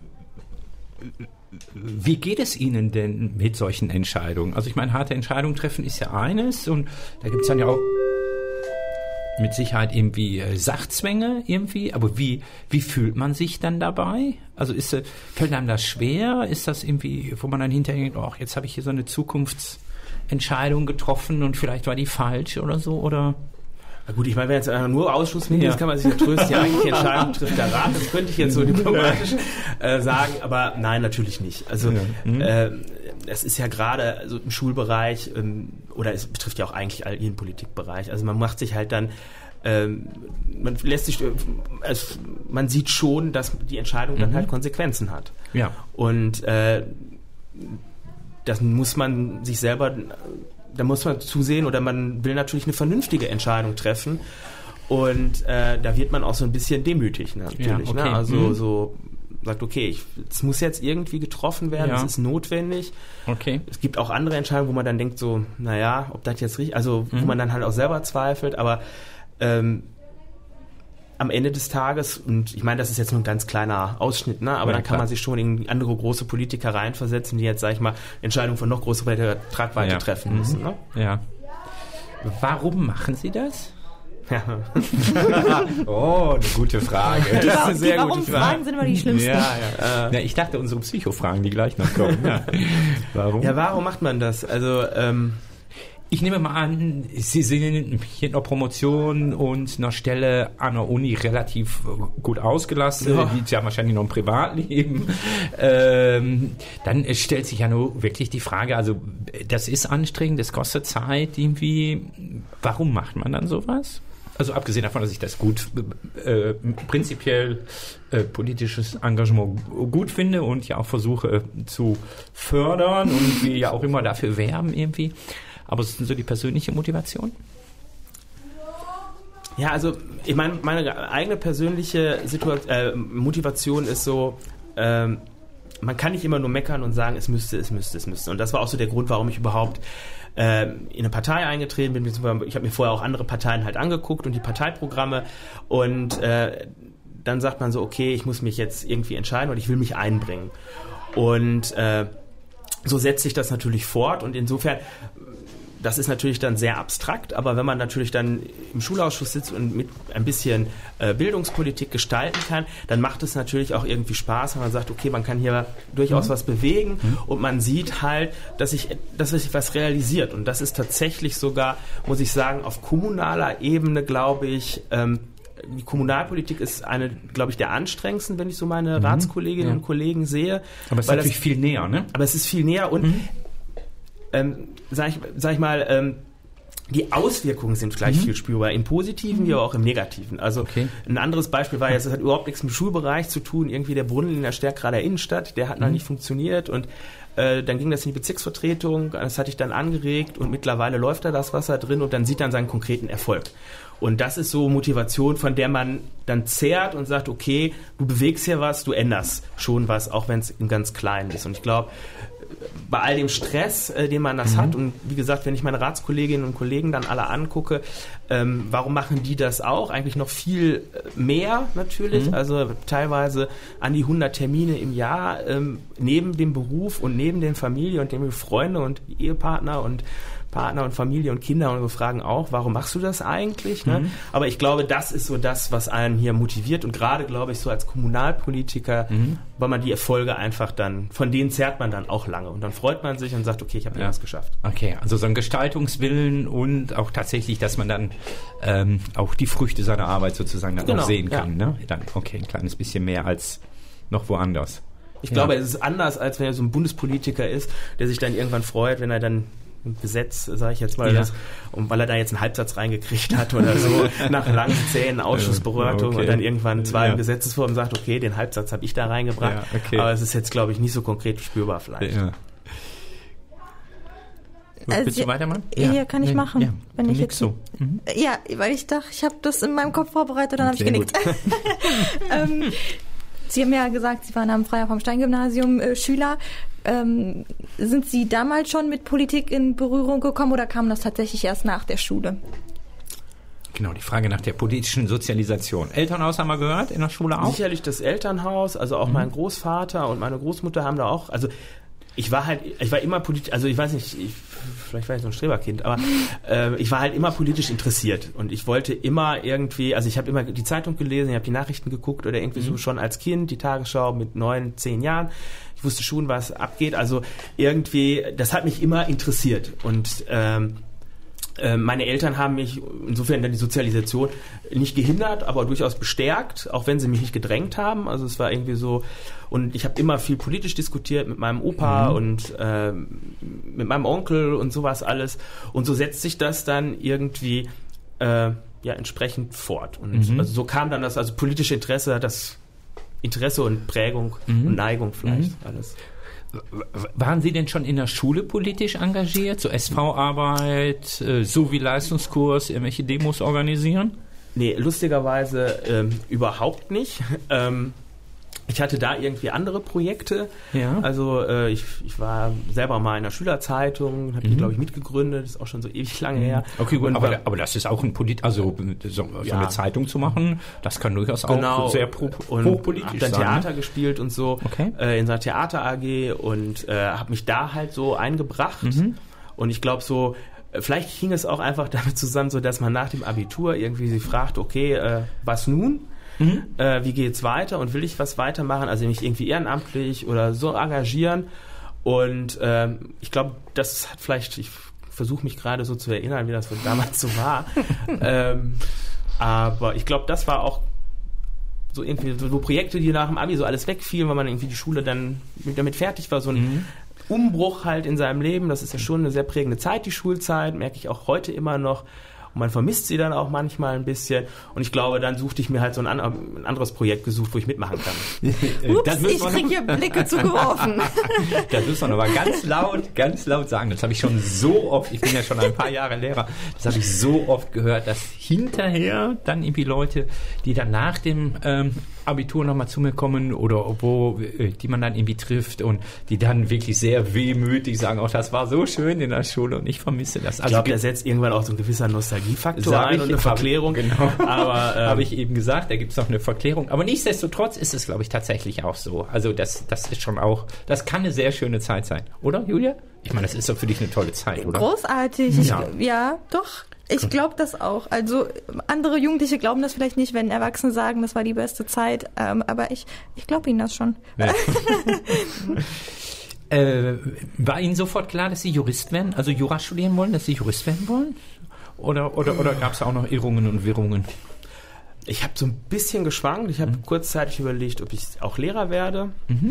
Wie geht es Ihnen denn mit solchen Entscheidungen? Also ich meine, harte Entscheidungen treffen ist ja eines und da gibt es dann ja auch... mit Sicherheit irgendwie Sachzwänge irgendwie, aber wie fühlt man sich dann dabei? Also fällt einem das schwer? Ist das irgendwie, wo man dann hinterher denkt, oh, jetzt habe ich hier so eine Zukunftsentscheidung getroffen und vielleicht war die falsch oder so, oder? Na gut, ich meine, wenn jetzt nur Ausschussmitglied ist, kann man sich ja trösten, die eigentliche Entscheidung trifft der Rat. Das könnte ich jetzt so diplomatisch sagen, aber nein, natürlich nicht. Also es ist ja gerade also im Schulbereich oder es betrifft ja auch eigentlich jeden Politikbereich. Also man macht sich halt dann man sieht schon, dass die Entscheidung dann halt Konsequenzen hat. Ja. Und das muss man sich selber, da muss man zusehen oder man will natürlich eine vernünftige Entscheidung treffen und da wird man auch so ein bisschen demütig natürlich. Ja, okay. Ne? Also so sagt, okay, es muss jetzt irgendwie getroffen werden, es ist notwendig. Okay. Es gibt auch andere Entscheidungen, wo man dann denkt so, naja, ob das jetzt richtig, also wo man dann halt auch selber zweifelt, aber am Ende des Tages, und ich meine, das ist jetzt nur ein ganz kleiner Ausschnitt, ne? Aber dann kann man sich schon in andere große Politiker reinversetzen, die jetzt, sag ich mal, Entscheidungen von noch größerer Tragweite treffen müssen. Ne? Ja. Warum machen Sie das? Ja. Oh, eine gute Frage. Das ist eine sehr gute Frage. Fragen sind immer die schlimmsten. Ja, ich dachte, unsere Psychofragen, die gleich noch kommen. Ja. Warum? Ja, warum macht man das? Also, ich nehme mal an, Sie sind hier in der Promotion und einer Stelle an der Uni relativ gut ausgelastet. Ja. Sie haben wahrscheinlich noch ein Privatleben. Dann stellt sich ja nur wirklich die Frage, also das ist anstrengend, das kostet Zeit irgendwie. Warum macht man dann sowas? Also abgesehen davon, dass ich das gut, prinzipiell politisches Engagement gut finde und ja auch versuche zu fördern und wir ja auch immer dafür werben irgendwie. Aber was ist denn so die persönliche Motivation? Ja, also ich meine, meine eigene persönliche Motivation ist so, man kann nicht immer nur meckern und sagen, es müsste. Und das war auch so der Grund, warum ich überhaupt in eine Partei eingetreten bin. Ich habe mir vorher auch andere Parteien halt angeguckt und die Parteiprogramme und dann sagt man so, okay, ich muss mich jetzt irgendwie entscheiden und ich will mich einbringen. Und so setzt sich das natürlich fort und insofern, das ist natürlich dann sehr abstrakt, aber wenn man natürlich dann im Schulausschuss sitzt und mit ein bisschen Bildungspolitik gestalten kann, dann macht es natürlich auch irgendwie Spaß, wenn man sagt, okay, man kann hier durchaus was bewegen und man sieht halt, dass sich was realisiert und das ist tatsächlich sogar, muss ich sagen, auf kommunaler Ebene, glaube ich, die Kommunalpolitik ist eine, glaube ich, der anstrengendsten, wenn ich so meine Ratskolleginnen und Kollegen sehe. Aber es ist natürlich viel näher, ne? Aber es ist viel näher und sag ich mal, die Auswirkungen sind gleich viel spürbar, im Positiven wie auch im Negativen. Also ein anderes Beispiel war jetzt, das hat überhaupt nichts mit dem Schulbereich zu tun, irgendwie der Brunnen in der Stärkrader Innenstadt, der hat noch nicht funktioniert und dann ging das in die Bezirksvertretung, das hatte ich dann angeregt und mittlerweile läuft da das Wasser drin und dann sieht man seinen konkreten Erfolg. Und das ist so Motivation, von der man dann zehrt und sagt, okay, du bewegst hier was, du änderst schon was, auch wenn es im ganz Kleinen ist. Und ich glaube, bei all dem Stress, den man das hat und wie gesagt, wenn ich meine Ratskolleginnen und Kollegen dann alle angucke, warum machen die das auch? Eigentlich noch viel mehr natürlich, also teilweise an die 100 Termine im Jahr, neben dem Beruf und neben den Familie und den Freunde und Ehepartner und Partner und Familie und Kinder und so fragen auch, warum machst du das eigentlich? Ne? Aber ich glaube, das ist so das, was einen hier motiviert und gerade, glaube ich, so als Kommunalpolitiker, weil man die Erfolge einfach dann, von denen zehrt man dann auch lange und dann freut man sich und sagt, okay, ich habe was geschafft. Okay, also so ein Gestaltungswillen und auch tatsächlich, dass man dann auch die Früchte seiner Arbeit sozusagen dann auch sehen kann. Ne? Dann, okay, ein kleines bisschen mehr als noch woanders. Ich glaube, es ist anders, als wenn er so ein Bundespolitiker ist, der sich dann irgendwann freut, wenn er dann ein Gesetz, sage ich jetzt mal, und weil er da jetzt einen Halbsatz reingekriegt hat oder so, nach langen, zähen Ausschussberatung und dann irgendwann zwar im Gesetzesform sagt, okay, den Halbsatz habe ich da reingebracht, aber es ist jetzt, glaube ich, nicht so konkret spürbar vielleicht. Ja. Willst du weitermachen? Ja, kann ich machen. Wenn ich jetzt so. Ja, weil ich dachte, ich habe das in meinem Kopf vorbereitet, dann habe ich genickt. Sie haben ja gesagt, Sie waren am Freiherr vom Stein-Gymnasium Schüler. Sind Sie damals schon mit Politik in Berührung gekommen oder kam das tatsächlich erst nach der Schule? Genau, die Frage nach der politischen Sozialisation. Elternhaus haben wir gehört, in der Schule auch? Sicherlich das Elternhaus, also auch mein Großvater und meine Großmutter haben da auch, also ich war immer politisch, also ich weiß nicht, vielleicht war ich so ein Streberkind, aber ich war halt immer politisch interessiert und ich wollte immer irgendwie, also ich habe immer die Zeitung gelesen, ich habe die Nachrichten geguckt oder irgendwie so schon als Kind, die Tagesschau mit 9, 10 Jahren. Ich wusste schon, was abgeht, also irgendwie, das hat mich immer interessiert und meine Eltern haben mich insofern dann die Sozialisation nicht gehindert, aber durchaus bestärkt, auch wenn sie mich nicht gedrängt haben. Also es war irgendwie so, und ich habe immer viel politisch diskutiert mit meinem Opa und mit meinem Onkel und sowas alles. Und so setzt sich das dann irgendwie entsprechend fort. Und also so kam dann das, also politische Interesse, das Interesse und Prägung und Neigung vielleicht alles. Waren Sie denn schon in der Schule politisch engagiert, so SV-Arbeit, so wie Leistungskurs, irgendwelche Demos organisieren? Nee, lustigerweise überhaupt nicht. Ich hatte da irgendwie andere Projekte. Ja. Also ich war selber mal in der Schülerzeitung, habe die, glaube ich, mitgegründet, ist auch schon so ewig lange her. Okay, gut, aber das ist auch ein so eine Zeitung zu machen, das kann durchaus auch sehr hochpolitisch sein. Hab dann Theater gespielt und so, in so einer Theater AG und habe mich da halt so eingebracht. Und ich glaube so, vielleicht hing es auch einfach damit zusammen, so dass man nach dem Abitur irgendwie sich fragt, okay, was nun? Wie geht's weiter und will ich was weitermachen, also mich irgendwie ehrenamtlich oder so engagieren und ich glaube, das hat vielleicht, ich versuche mich gerade so zu erinnern, wie das so damals so war, aber ich glaube, das war auch so irgendwie so Projekte, die nach dem Abi so alles wegfielen, weil man irgendwie die Schule dann damit fertig war, so ein Umbruch halt in seinem Leben, das ist ja schon eine sehr prägende Zeit, die Schulzeit, merke ich auch heute immer noch. Und man vermisst sie dann auch manchmal ein bisschen. Und ich glaube, dann suchte ich mir halt so ein anderes Projekt gesucht, wo ich mitmachen kann. Ups, ich kriege hier Blicke zugeworfen. Das müssen wir aber ganz laut sagen. Das habe ich schon so oft, ich bin ja schon ein paar Jahre Lehrer, das habe ich so oft gehört, dass hinterher dann irgendwie Leute, die dann nach dem Abitur nochmal zu mir kommen oder die man dann irgendwie trifft und die dann wirklich sehr wehmütig sagen, auch das war so schön in der Schule und ich vermisse das. Also ich glaube, da setzt irgendwann auch so ein gewisser Nostalgiefaktor ein und eine Verklärung. Genau, aber habe ich eben gesagt, da gibt es noch eine Verklärung. Aber nichtsdestotrotz ist es, glaube ich, tatsächlich auch so. Also das ist schon auch, das kann eine sehr schöne Zeit sein. Oder, Julia? Ich meine, das ist doch für dich eine tolle Zeit, oder? Großartig. Ja, doch. Ich glaube das auch. Also andere Jugendliche glauben das vielleicht nicht, wenn Erwachsene sagen, das war die beste Zeit. Aber ich glaube ihnen das schon. Ja. War Ihnen sofort klar, dass Sie Jurist werden? Also Jura studieren wollen, dass Sie Jurist werden wollen? Oder gab es auch noch Irrungen und Wirrungen? Ich habe so ein bisschen geschwankt. Ich habe kurzzeitig überlegt, ob ich auch Lehrer werde.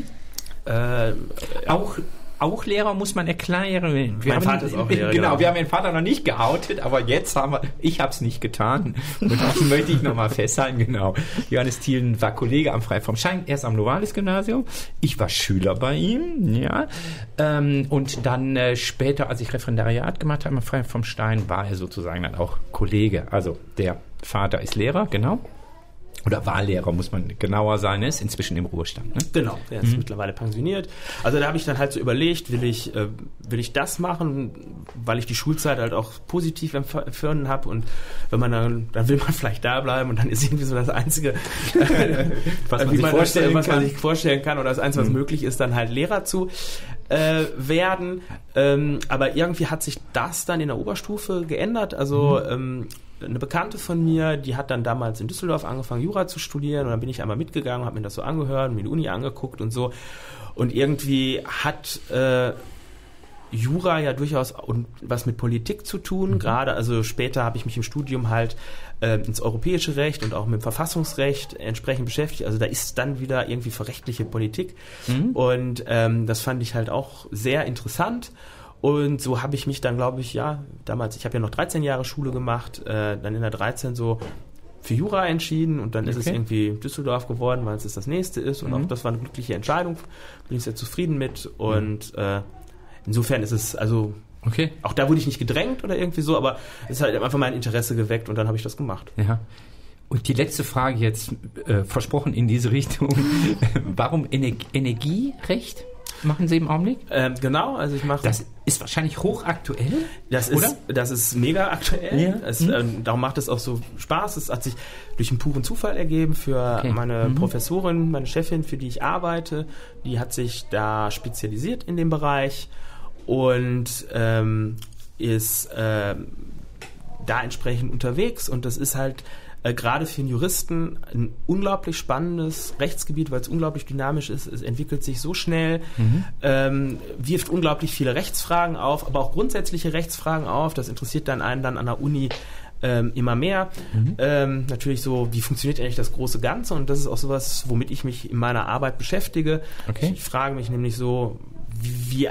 Auch Lehrer muss man erklären. Mein Vater ist auch Lehrer. Genau, wir haben den Vater noch nicht geoutet, aber jetzt ich habe es nicht getan. Und das möchte ich nochmal festhalten, genau. Johannes Thielen war Kollege am Frei vom Schein, erst am Novalis-Gymnasium. Ich war Schüler bei ihm, ja. Und dann später, als ich Referendariat gemacht habe am Frei vom Stein, war er sozusagen dann auch Kollege. Also der Vater ist Lehrer, genau. Oder war Lehrer, muss man genauer sein, ist inzwischen im Ruhestand. Ne? Genau, er ist mittlerweile pensioniert. Also da habe ich dann halt so überlegt, will ich das machen, weil ich die Schulzeit halt auch positiv empfunden habe und wenn man dann will man vielleicht da bleiben und dann ist irgendwie so das Einzige, was man sich vorstellen kann oder das Einzige, was möglich ist, dann halt Lehrer zu werden. Aber irgendwie hat sich das dann in der Oberstufe geändert. Also eine Bekannte von mir, die hat dann damals in Düsseldorf angefangen, Jura zu studieren und dann bin ich einmal mitgegangen, habe mir das so angehört, mir die Uni angeguckt und so und irgendwie hat Jura ja durchaus was mit Politik zu tun, gerade, also später habe ich mich im Studium halt ins europäische Recht und auch mit dem Verfassungsrecht entsprechend beschäftigt, also da ist dann wieder irgendwie verrechtliche Politik und das fand ich halt auch sehr interessant. Und so habe ich mich dann, glaube ich, damals, ich habe ja noch 13 Jahre Schule gemacht, dann in der 13 so für Jura entschieden und dann ist es irgendwie Düsseldorf geworden, weil es das nächste ist und auch das war eine glückliche Entscheidung, bin ich sehr zufrieden mit und insofern ist es, also auch da wurde ich nicht gedrängt oder irgendwie so, aber es hat einfach mein Interesse geweckt und dann habe ich das gemacht. Ja. Und die letzte Frage jetzt, versprochen in diese Richtung, warum Energierecht? Machen Sie im Augenblick? Genau, also ich mache... Das ist wahrscheinlich hochaktuell, oder? Das ist mega aktuell. Ja. Darum macht es auch so Spaß. Es hat sich durch einen puren Zufall ergeben für meine Professorin, meine Chefin, für die ich arbeite. Die hat sich da spezialisiert in dem Bereich. Und ist da entsprechend unterwegs und das ist halt gerade für einen Juristen ein unglaublich spannendes Rechtsgebiet, weil es unglaublich dynamisch ist. Es entwickelt sich so schnell, wirft unglaublich viele Rechtsfragen auf, aber auch grundsätzliche Rechtsfragen auf. Das interessiert dann einen dann an der Uni immer mehr. Natürlich so, wie funktioniert eigentlich das große Ganze? Und das ist auch sowas, womit ich mich in meiner Arbeit beschäftige. Okay. Ich frage mich nämlich so, wie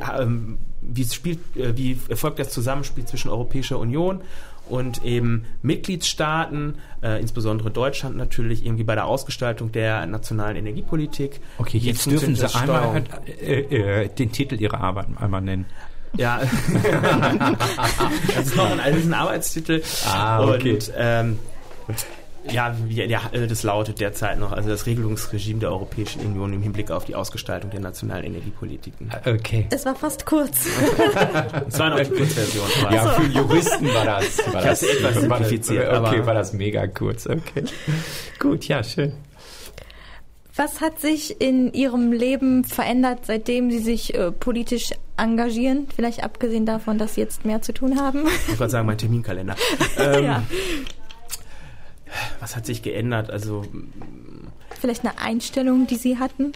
erfolgt das Zusammenspiel zwischen Europäischer Union und eben Mitgliedstaaten, insbesondere Deutschland natürlich, irgendwie bei der Ausgestaltung der nationalen Energiepolitik. Okay, jetzt dürfen Sie einmal den Titel Ihrer Arbeit einmal nennen. Ja, das ist noch ein Arbeitstitel. Okay. Und das lautet derzeit noch, also das Regelungsregime der Europäischen Union im Hinblick auf die Ausgestaltung der nationalen Energiepolitiken. Okay. Das war fast kurz. Das war noch die Kurzversion. Ja, für Juristen war das etwas simplifiziert. Okay, war das mega kurz. Okay. Gut, ja, schön. Was hat sich in Ihrem Leben verändert, seitdem Sie sich politisch engagieren? Vielleicht abgesehen davon, dass Sie jetzt mehr zu tun haben. Ich wollte sagen, mein Terminkalender. Ja. Was hat sich geändert? Also vielleicht eine Einstellung, die Sie hatten?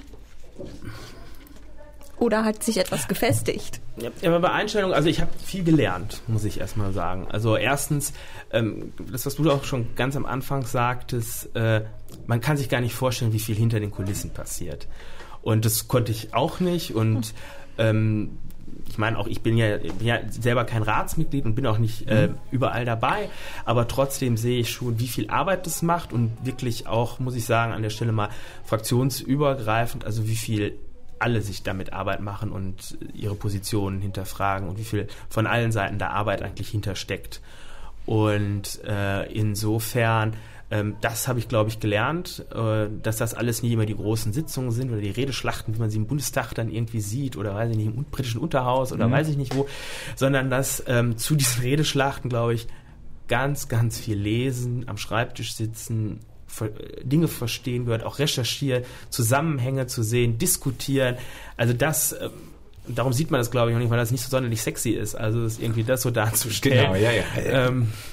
Oder hat sich etwas gefestigt? Ja, bei Einstellung, also ich habe viel gelernt, muss ich erstmal sagen. Also erstens, das, was du auch schon ganz am Anfang sagtest, man kann sich gar nicht vorstellen, wie viel hinter den Kulissen passiert. Und das konnte ich auch nicht. Und ich meine auch, ich bin ja selber kein Ratsmitglied und bin auch nicht überall dabei, aber trotzdem sehe ich schon, wie viel Arbeit das macht und wirklich auch, muss ich sagen, an der Stelle mal fraktionsübergreifend, also wie viel alle sich damit Arbeit machen und ihre Positionen hinterfragen und wie viel von allen Seiten da Arbeit eigentlich hintersteckt. Und insofern, das habe ich, glaube ich, gelernt, dass das alles nicht immer die großen Sitzungen sind oder die Redeschlachten, wie man sie im Bundestag dann irgendwie sieht oder weiß ich nicht, im britischen Unterhaus oder weiß ich nicht wo, sondern dass zu diesen Redeschlachten, glaube ich, ganz, ganz viel lesen, am Schreibtisch sitzen, Dinge verstehen gehört, auch recherchieren, Zusammenhänge zu sehen, diskutieren. Also das, darum sieht man das, glaube ich, auch nicht, weil das nicht so sonderlich sexy ist. Also das irgendwie das so darzustellen. Genau, ja.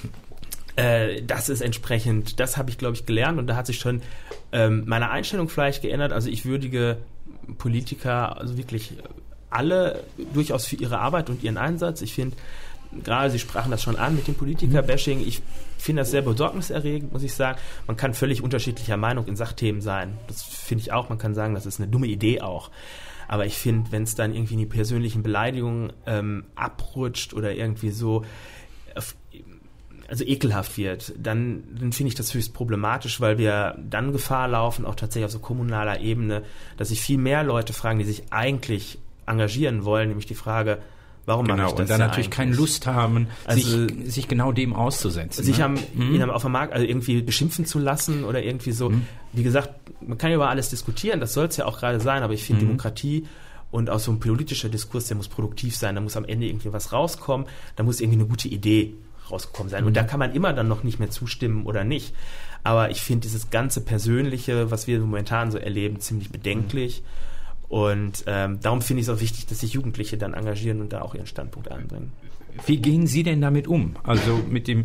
Das ist entsprechend, das habe ich, glaube ich, gelernt und da hat sich schon meine Einstellung vielleicht geändert. Also ich würdige Politiker, also wirklich alle durchaus für ihre Arbeit und ihren Einsatz. Ich finde, gerade Sie sprachen das schon an mit dem Politiker-Bashing, ich finde das sehr besorgniserregend, muss ich sagen. Man kann völlig unterschiedlicher Meinung in Sachthemen sein. Das finde ich auch. Man kann sagen, das ist eine dumme Idee auch. Aber ich finde, wenn es dann irgendwie in die persönlichen Beleidigungen abrutscht oder irgendwie so also ekelhaft wird, dann finde ich das höchst problematisch, weil wir dann Gefahr laufen, auch tatsächlich auf so kommunaler Ebene, dass sich viel mehr Leute fragen, die sich eigentlich engagieren wollen, nämlich die Frage, warum mache ich das? Und dann natürlich keine Lust haben, also, sich genau dem auszusetzen. Sich auf dem Markt also irgendwie beschimpfen zu lassen oder irgendwie so. Wie gesagt, man kann ja über alles diskutieren, das soll es ja auch gerade sein, aber ich finde Demokratie und auch so ein politischer Diskurs, der muss produktiv sein, da muss am Ende irgendwie was rauskommen, da muss irgendwie eine gute Idee rausgekommen sein. Und da kann man immer dann noch nicht mehr zustimmen oder nicht. Aber ich finde dieses ganze Persönliche, was wir momentan so erleben, ziemlich bedenklich. Und darum finde ich es auch wichtig, dass sich Jugendliche dann engagieren und da auch ihren Standpunkt einbringen. Wie gehen Sie denn damit um? Also mit dem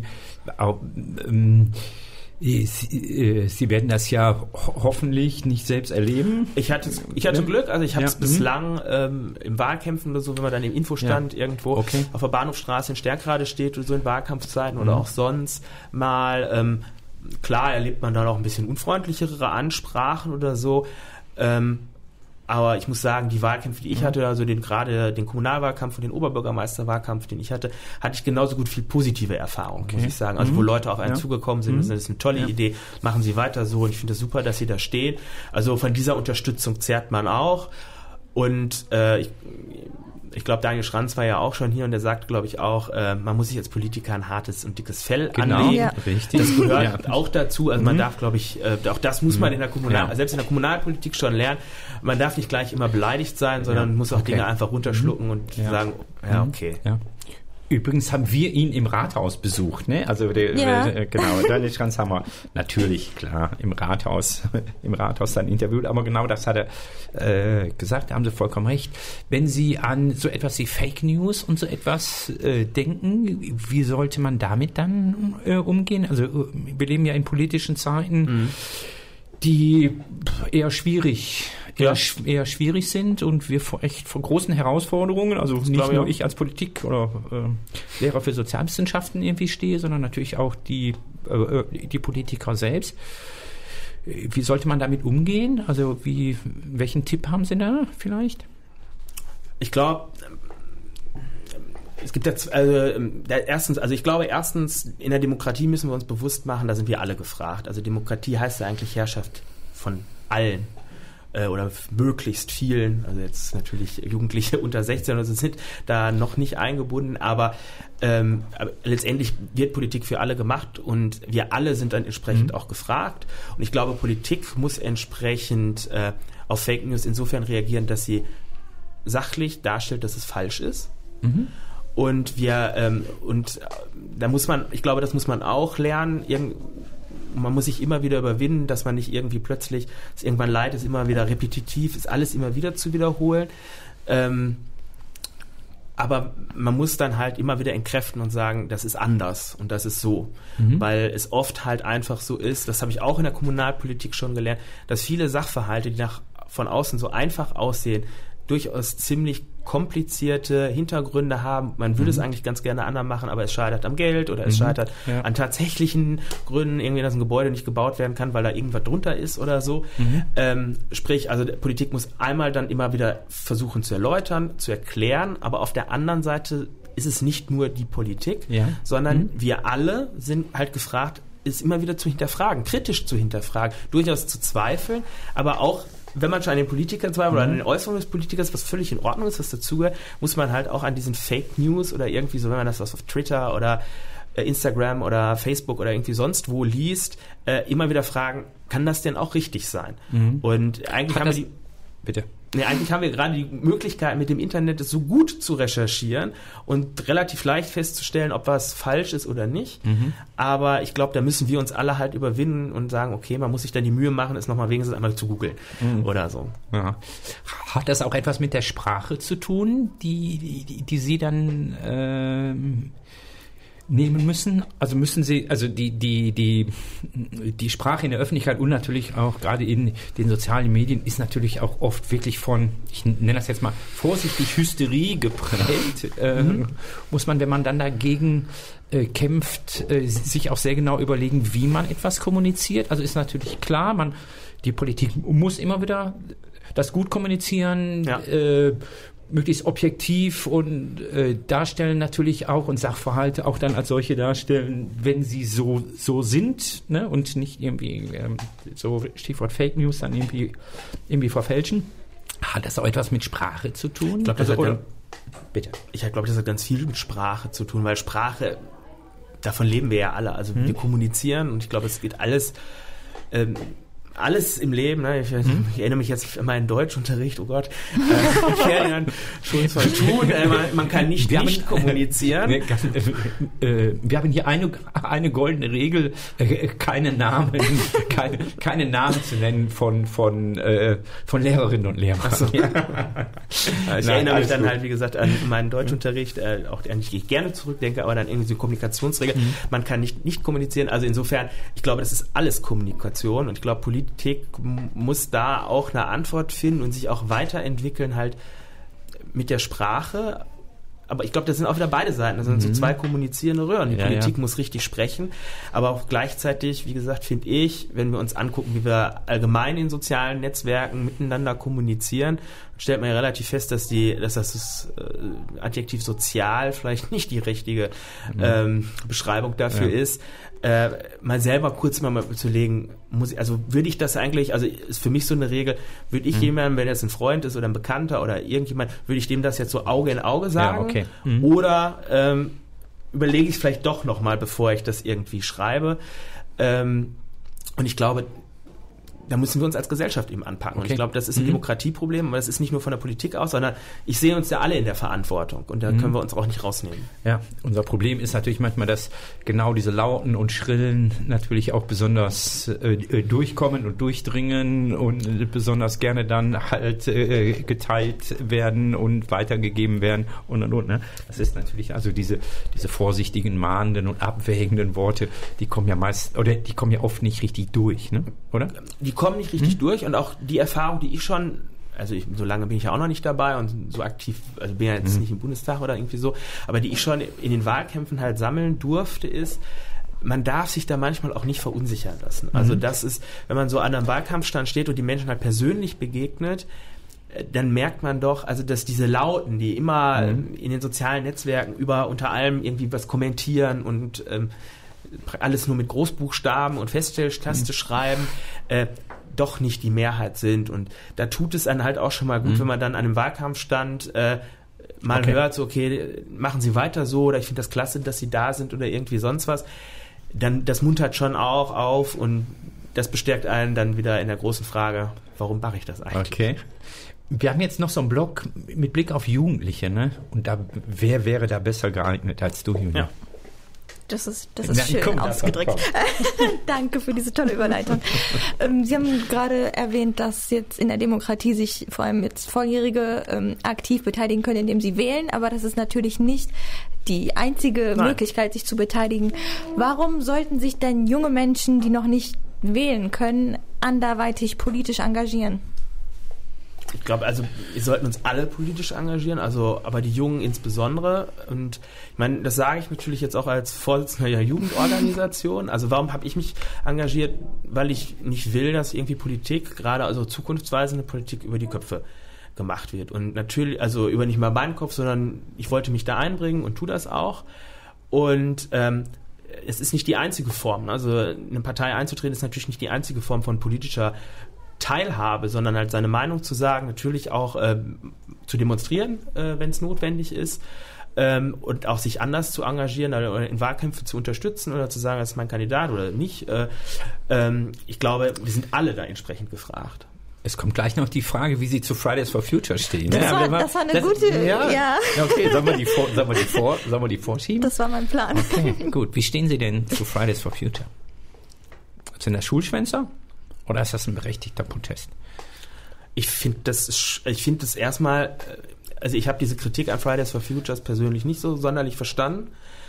Sie werden das ja hoffentlich nicht selbst erleben. Ich hatte Glück, also ich habe es bislang im Wahlkämpfen oder so, wenn man dann im Infostand irgendwo auf der Bahnhofstraße in Stärkrade steht oder so in Wahlkampfzeiten oder auch sonst mal, klar erlebt man dann auch ein bisschen unfreundlichere Ansprachen oder so, aber ich muss sagen, die Wahlkämpfe, die ich hatte, also gerade den Kommunalwahlkampf und den Oberbürgermeisterwahlkampf, den ich hatte ich genauso gut viel positive Erfahrungen, muss ich sagen. Also wo Leute auf einen zugekommen sind, das ist eine tolle Idee, machen Sie weiter so und ich finde es super, dass Sie da stehen. Also von dieser Unterstützung zehrt man auch und ich glaube, Daniel Schranz war ja auch schon hier und der sagt, glaube ich, auch, man muss sich als Politiker ein hartes und dickes Fell anlegen. Ja. Richtig. Das gehört auch dazu. Also man darf, glaube ich, auch das muss man selbst in der Kommunalpolitik schon lernen. Man darf nicht gleich immer beleidigt sein, sondern muss auch Dinge einfach runterschlucken und sagen, ja, okay. Ja. Übrigens haben wir ihn im Rathaus besucht, ne? Also genau, Daniel Schranzhammer. Natürlich, klar, im Rathaus dann interviewt, aber genau das hat er gesagt, da haben Sie vollkommen recht. Wenn Sie an so etwas wie Fake News und so etwas denken, wie sollte man damit dann umgehen? Also wir leben ja in politischen Zeiten, die eher schwierig sind und wir vor großen Herausforderungen, also nicht nur ich als Politik oder Lehrer für Sozialwissenschaften irgendwie stehe, sondern natürlich auch die Politiker selbst. Wie sollte man damit umgehen? Also welchen Tipp haben Sie da vielleicht? Ich glaube, es gibt erstens, ich glaube, erstens, in der Demokratie müssen wir uns bewusst machen, da sind wir alle gefragt. Also Demokratie heißt ja eigentlich Herrschaft von allen oder möglichst vielen. Also jetzt natürlich Jugendliche unter 16 oder so sind da noch nicht eingebunden, aber letztendlich wird Politik für alle gemacht und wir alle sind dann entsprechend auch gefragt. Und ich glaube, Politik muss entsprechend auf Fake News insofern reagieren, dass sie sachlich darstellt, dass es falsch ist. Und da muss man, ich glaube, das muss man auch lernen, man muss sich immer wieder überwinden, dass man nicht irgendwie plötzlich, es irgendwann leid ist, immer wieder repetitiv ist, alles immer wieder zu wiederholen. Aber man muss dann halt immer wieder entkräften und sagen, das ist anders und das ist so. Weil es oft halt einfach so ist, das habe ich auch in der Kommunalpolitik schon gelernt, dass viele Sachverhalte, die von außen so einfach aussehen, durchaus ziemlich komplizierte Hintergründe haben. Man würde es eigentlich ganz gerne anders machen, aber es scheitert am Geld oder es scheitert an tatsächlichen Gründen, irgendwie, dass ein Gebäude nicht gebaut werden kann, weil da irgendwas drunter ist oder so. Sprich, also Politik muss einmal dann immer wieder versuchen zu erläutern, zu erklären, aber auf der anderen Seite ist es nicht nur die Politik, sondern wir alle sind halt gefragt, es immer wieder zu hinterfragen, kritisch zu hinterfragen, durchaus zu zweifeln, aber auch wenn man schon an den Politikern zweifelt oder an den Äußerungen des Politikers, was völlig in Ordnung ist, was dazugehört, muss man halt auch an diesen Fake News oder irgendwie so, wenn man das auf Twitter oder Instagram oder Facebook oder irgendwie sonst wo liest, immer wieder fragen, kann das denn auch richtig sein? Und eigentlich eigentlich haben wir gerade die Möglichkeit, mit dem Internet es so gut zu recherchieren und relativ leicht festzustellen, ob was falsch ist oder nicht. Aber ich glaube, da müssen wir uns alle halt überwinden und sagen, okay, man muss sich dann die Mühe machen, es nochmal wenigstens einmal zu googeln oder so. Ja. Hat das auch etwas mit der Sprache zu tun, die Sie dann nehmen müssen? Also müssen Sie, also die Sprache in der Öffentlichkeit und natürlich auch gerade in den sozialen Medien ist natürlich auch oft wirklich von, ich nenne das jetzt mal vorsichtig, Hysterie geprägt. Muss man, wenn man dann dagegen kämpft, sich auch sehr genau überlegen, wie man etwas kommuniziert. Also ist natürlich klar, die Politik muss immer wieder das gut kommunizieren, möglichst objektiv und darstellen natürlich auch und Sachverhalte auch dann als solche darstellen, wenn sie so sind, ne, und nicht irgendwie so Stichwort Fake News dann irgendwie verfälschen. Hat das auch etwas mit Sprache zu tun? Ich glaube, das hat ganz viel mit Sprache zu tun, weil Sprache, davon leben wir ja alle. Also wir kommunizieren und ich glaube, es geht alles im Leben, ne? Ich erinnere mich jetzt an meinen Deutschunterricht, oh Gott, ich werde dann schon tun, man kann nicht kommunizieren. Wir haben hier eine goldene Regel, keine Namen zu nennen von Lehrerinnen und Lehrern. So. Ich erinnere mich dann halt, wie gesagt, an meinen Deutschunterricht, auch an die ich gerne zurückdenke, aber dann irgendwie so Kommunikationsregel, man kann nicht kommunizieren, also insofern, ich glaube, das ist alles Kommunikation und ich glaube, Politik muss da auch eine Antwort finden und sich auch weiterentwickeln halt mit der Sprache. Aber ich glaube, das sind auch wieder beide Seiten. Das sind so zwei kommunizierende Röhren. Die Politik muss richtig sprechen, aber auch gleichzeitig, wie gesagt, finde ich, wenn wir uns angucken, wie wir allgemein in sozialen Netzwerken miteinander kommunizieren, stellt man ja relativ fest, dass das Adjektiv sozial vielleicht nicht die richtige Beschreibung dafür ist. Mal selber kurz mal zu legen, würde ich das eigentlich, also ist für mich so eine Regel, würde ich jemandem, wenn jetzt ein Freund ist oder ein Bekannter oder irgendjemand, würde ich dem das jetzt so Auge in Auge sagen? Oder überlege ich es vielleicht doch nochmal, bevor ich das irgendwie schreibe? Und ich glaube, da müssen wir uns als Gesellschaft eben anpacken. Und ich glaube, das ist ein Demokratieproblem, aber das ist nicht nur von der Politik aus, sondern ich sehe uns ja alle in der Verantwortung und da können wir uns auch nicht rausnehmen. Ja, unser Problem ist natürlich manchmal, dass genau diese Lauten und Schrillen natürlich auch besonders durchkommen und durchdringen und besonders gerne dann halt geteilt werden und weitergegeben werden und. Ne? Das ist natürlich, also diese vorsichtigen, mahnenden und abwägenden Worte, die kommen ja die kommen ja oft nicht richtig durch, ne? Oder? Die kommen nicht richtig durch und auch die Erfahrung, die ich schon, so lange bin ich ja auch noch nicht dabei und so aktiv, also bin ja jetzt nicht im Bundestag oder irgendwie so, aber die ich schon in den Wahlkämpfen halt sammeln durfte, ist, man darf sich da manchmal auch nicht verunsichern lassen. Also das ist, wenn man so an einem Wahlkampfstand steht und die Menschen halt persönlich begegnet, dann merkt man doch, also dass diese Lauten, die immer in den sozialen Netzwerken unter allem irgendwie was kommentieren und alles nur mit Großbuchstaben und Feststelltaste schreiben, doch nicht die Mehrheit sind. Und da tut es dann halt auch schon mal gut, wenn man dann an einem Wahlkampfstand mal hört, so, okay, machen Sie weiter so, oder ich finde das klasse, dass Sie da sind oder irgendwie sonst was. Dann, das muntert schon auch auf und das bestärkt einen dann wieder in der großen Frage, warum mache ich das eigentlich? Okay. Wir haben jetzt noch so einen Blog mit Blick auf Jugendliche, ne? Und wer wäre da besser geeignet als du, Julia? Ja. Das ist schön ausgedrückt. Danke für diese tolle Überleitung. Sie haben gerade erwähnt, dass jetzt in der Demokratie sich vor allem jetzt Volljährige aktiv beteiligen können, indem sie wählen, aber das ist natürlich nicht die einzige Möglichkeit, sich zu beteiligen. Warum sollten sich denn junge Menschen, die noch nicht wählen können, anderweitig politisch engagieren? Ich glaube, also wir sollten uns alle politisch engagieren, aber die Jungen insbesondere. Und ich meine, das sage ich natürlich jetzt auch als Vorsitzender der Jugendorganisation. Also warum habe ich mich engagiert? Weil ich nicht will, dass irgendwie Politik, gerade also zukunftsweisende Politik, über die Köpfe gemacht wird. Und natürlich, also über nicht mal meinen Kopf, sondern ich wollte mich da einbringen und tue das auch. Und es ist nicht die einzige Form. Also in eine Partei einzutreten ist natürlich nicht die einzige Form von politischer Teilhabe, sondern halt seine Meinung zu sagen, natürlich auch zu demonstrieren, wenn es notwendig ist, und auch sich anders zu engagieren oder in Wahlkämpfe zu unterstützen oder zu sagen, das ist mein Kandidat oder nicht. Ich glaube, wir sind alle da entsprechend gefragt. Es kommt gleich noch die Frage, wie Sie zu Fridays for Future stehen. Das war eine gute... Ja. Okay, sollen wir die vorschieben? Das war mein Plan. Okay, gut. Wie stehen Sie denn zu Fridays for Future? Sind das Schulschwänzer? Oder ist das ein berechtigter Protest? Ich finde das erstmal, also ich habe diese Kritik an Fridays for Futures persönlich nicht so sonderlich verstanden,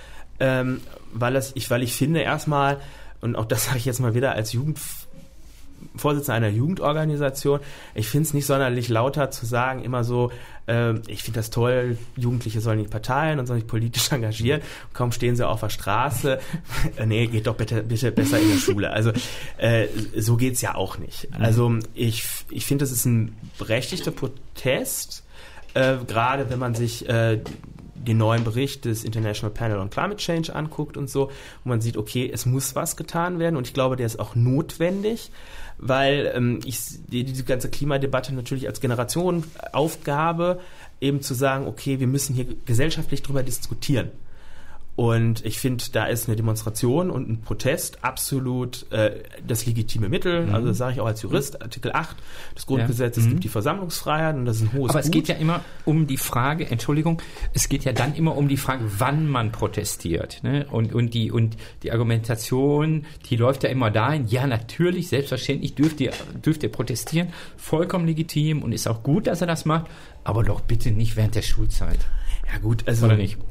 weil ich finde erstmal, und auch das sage ich jetzt mal wieder als Vorsitzender einer Jugendorganisation, ich finde es nicht sonderlich lauter zu sagen, immer so, ich finde das toll, Jugendliche sollen in die Parteien und sollen sich politisch engagieren. Kaum stehen sie auf der Straße. Nee, geht doch bitte besser in der Schule. Also so geht's ja auch nicht. Also ich finde, das ist ein berechtigter Protest, gerade wenn man sich den neuen Bericht des International Panel on Climate Change anguckt und so, wo man sieht, okay, es muss was getan werden und ich glaube, der ist auch notwendig, weil ich diese ganze Klimadebatte natürlich als Generationenaufgabe eben zu sagen, okay, wir müssen hier gesellschaftlich drüber diskutieren. Und ich finde, da ist eine Demonstration und ein Protest absolut das legitime Mittel. Also das sage ich auch als Jurist. Artikel 8 des Grundgesetzes gibt die Versammlungsfreiheit und das ist ein hohes Gut. Aber es geht ja immer um die Frage, es geht ja dann immer um die Frage, wann man protestiert. Ne? Und die Argumentation, die läuft ja immer dahin, ja natürlich, selbstverständlich dürft ihr protestieren, vollkommen legitim und ist auch gut, dass er das macht, aber doch bitte nicht während der Schulzeit. Ja gut, also... Oder nicht?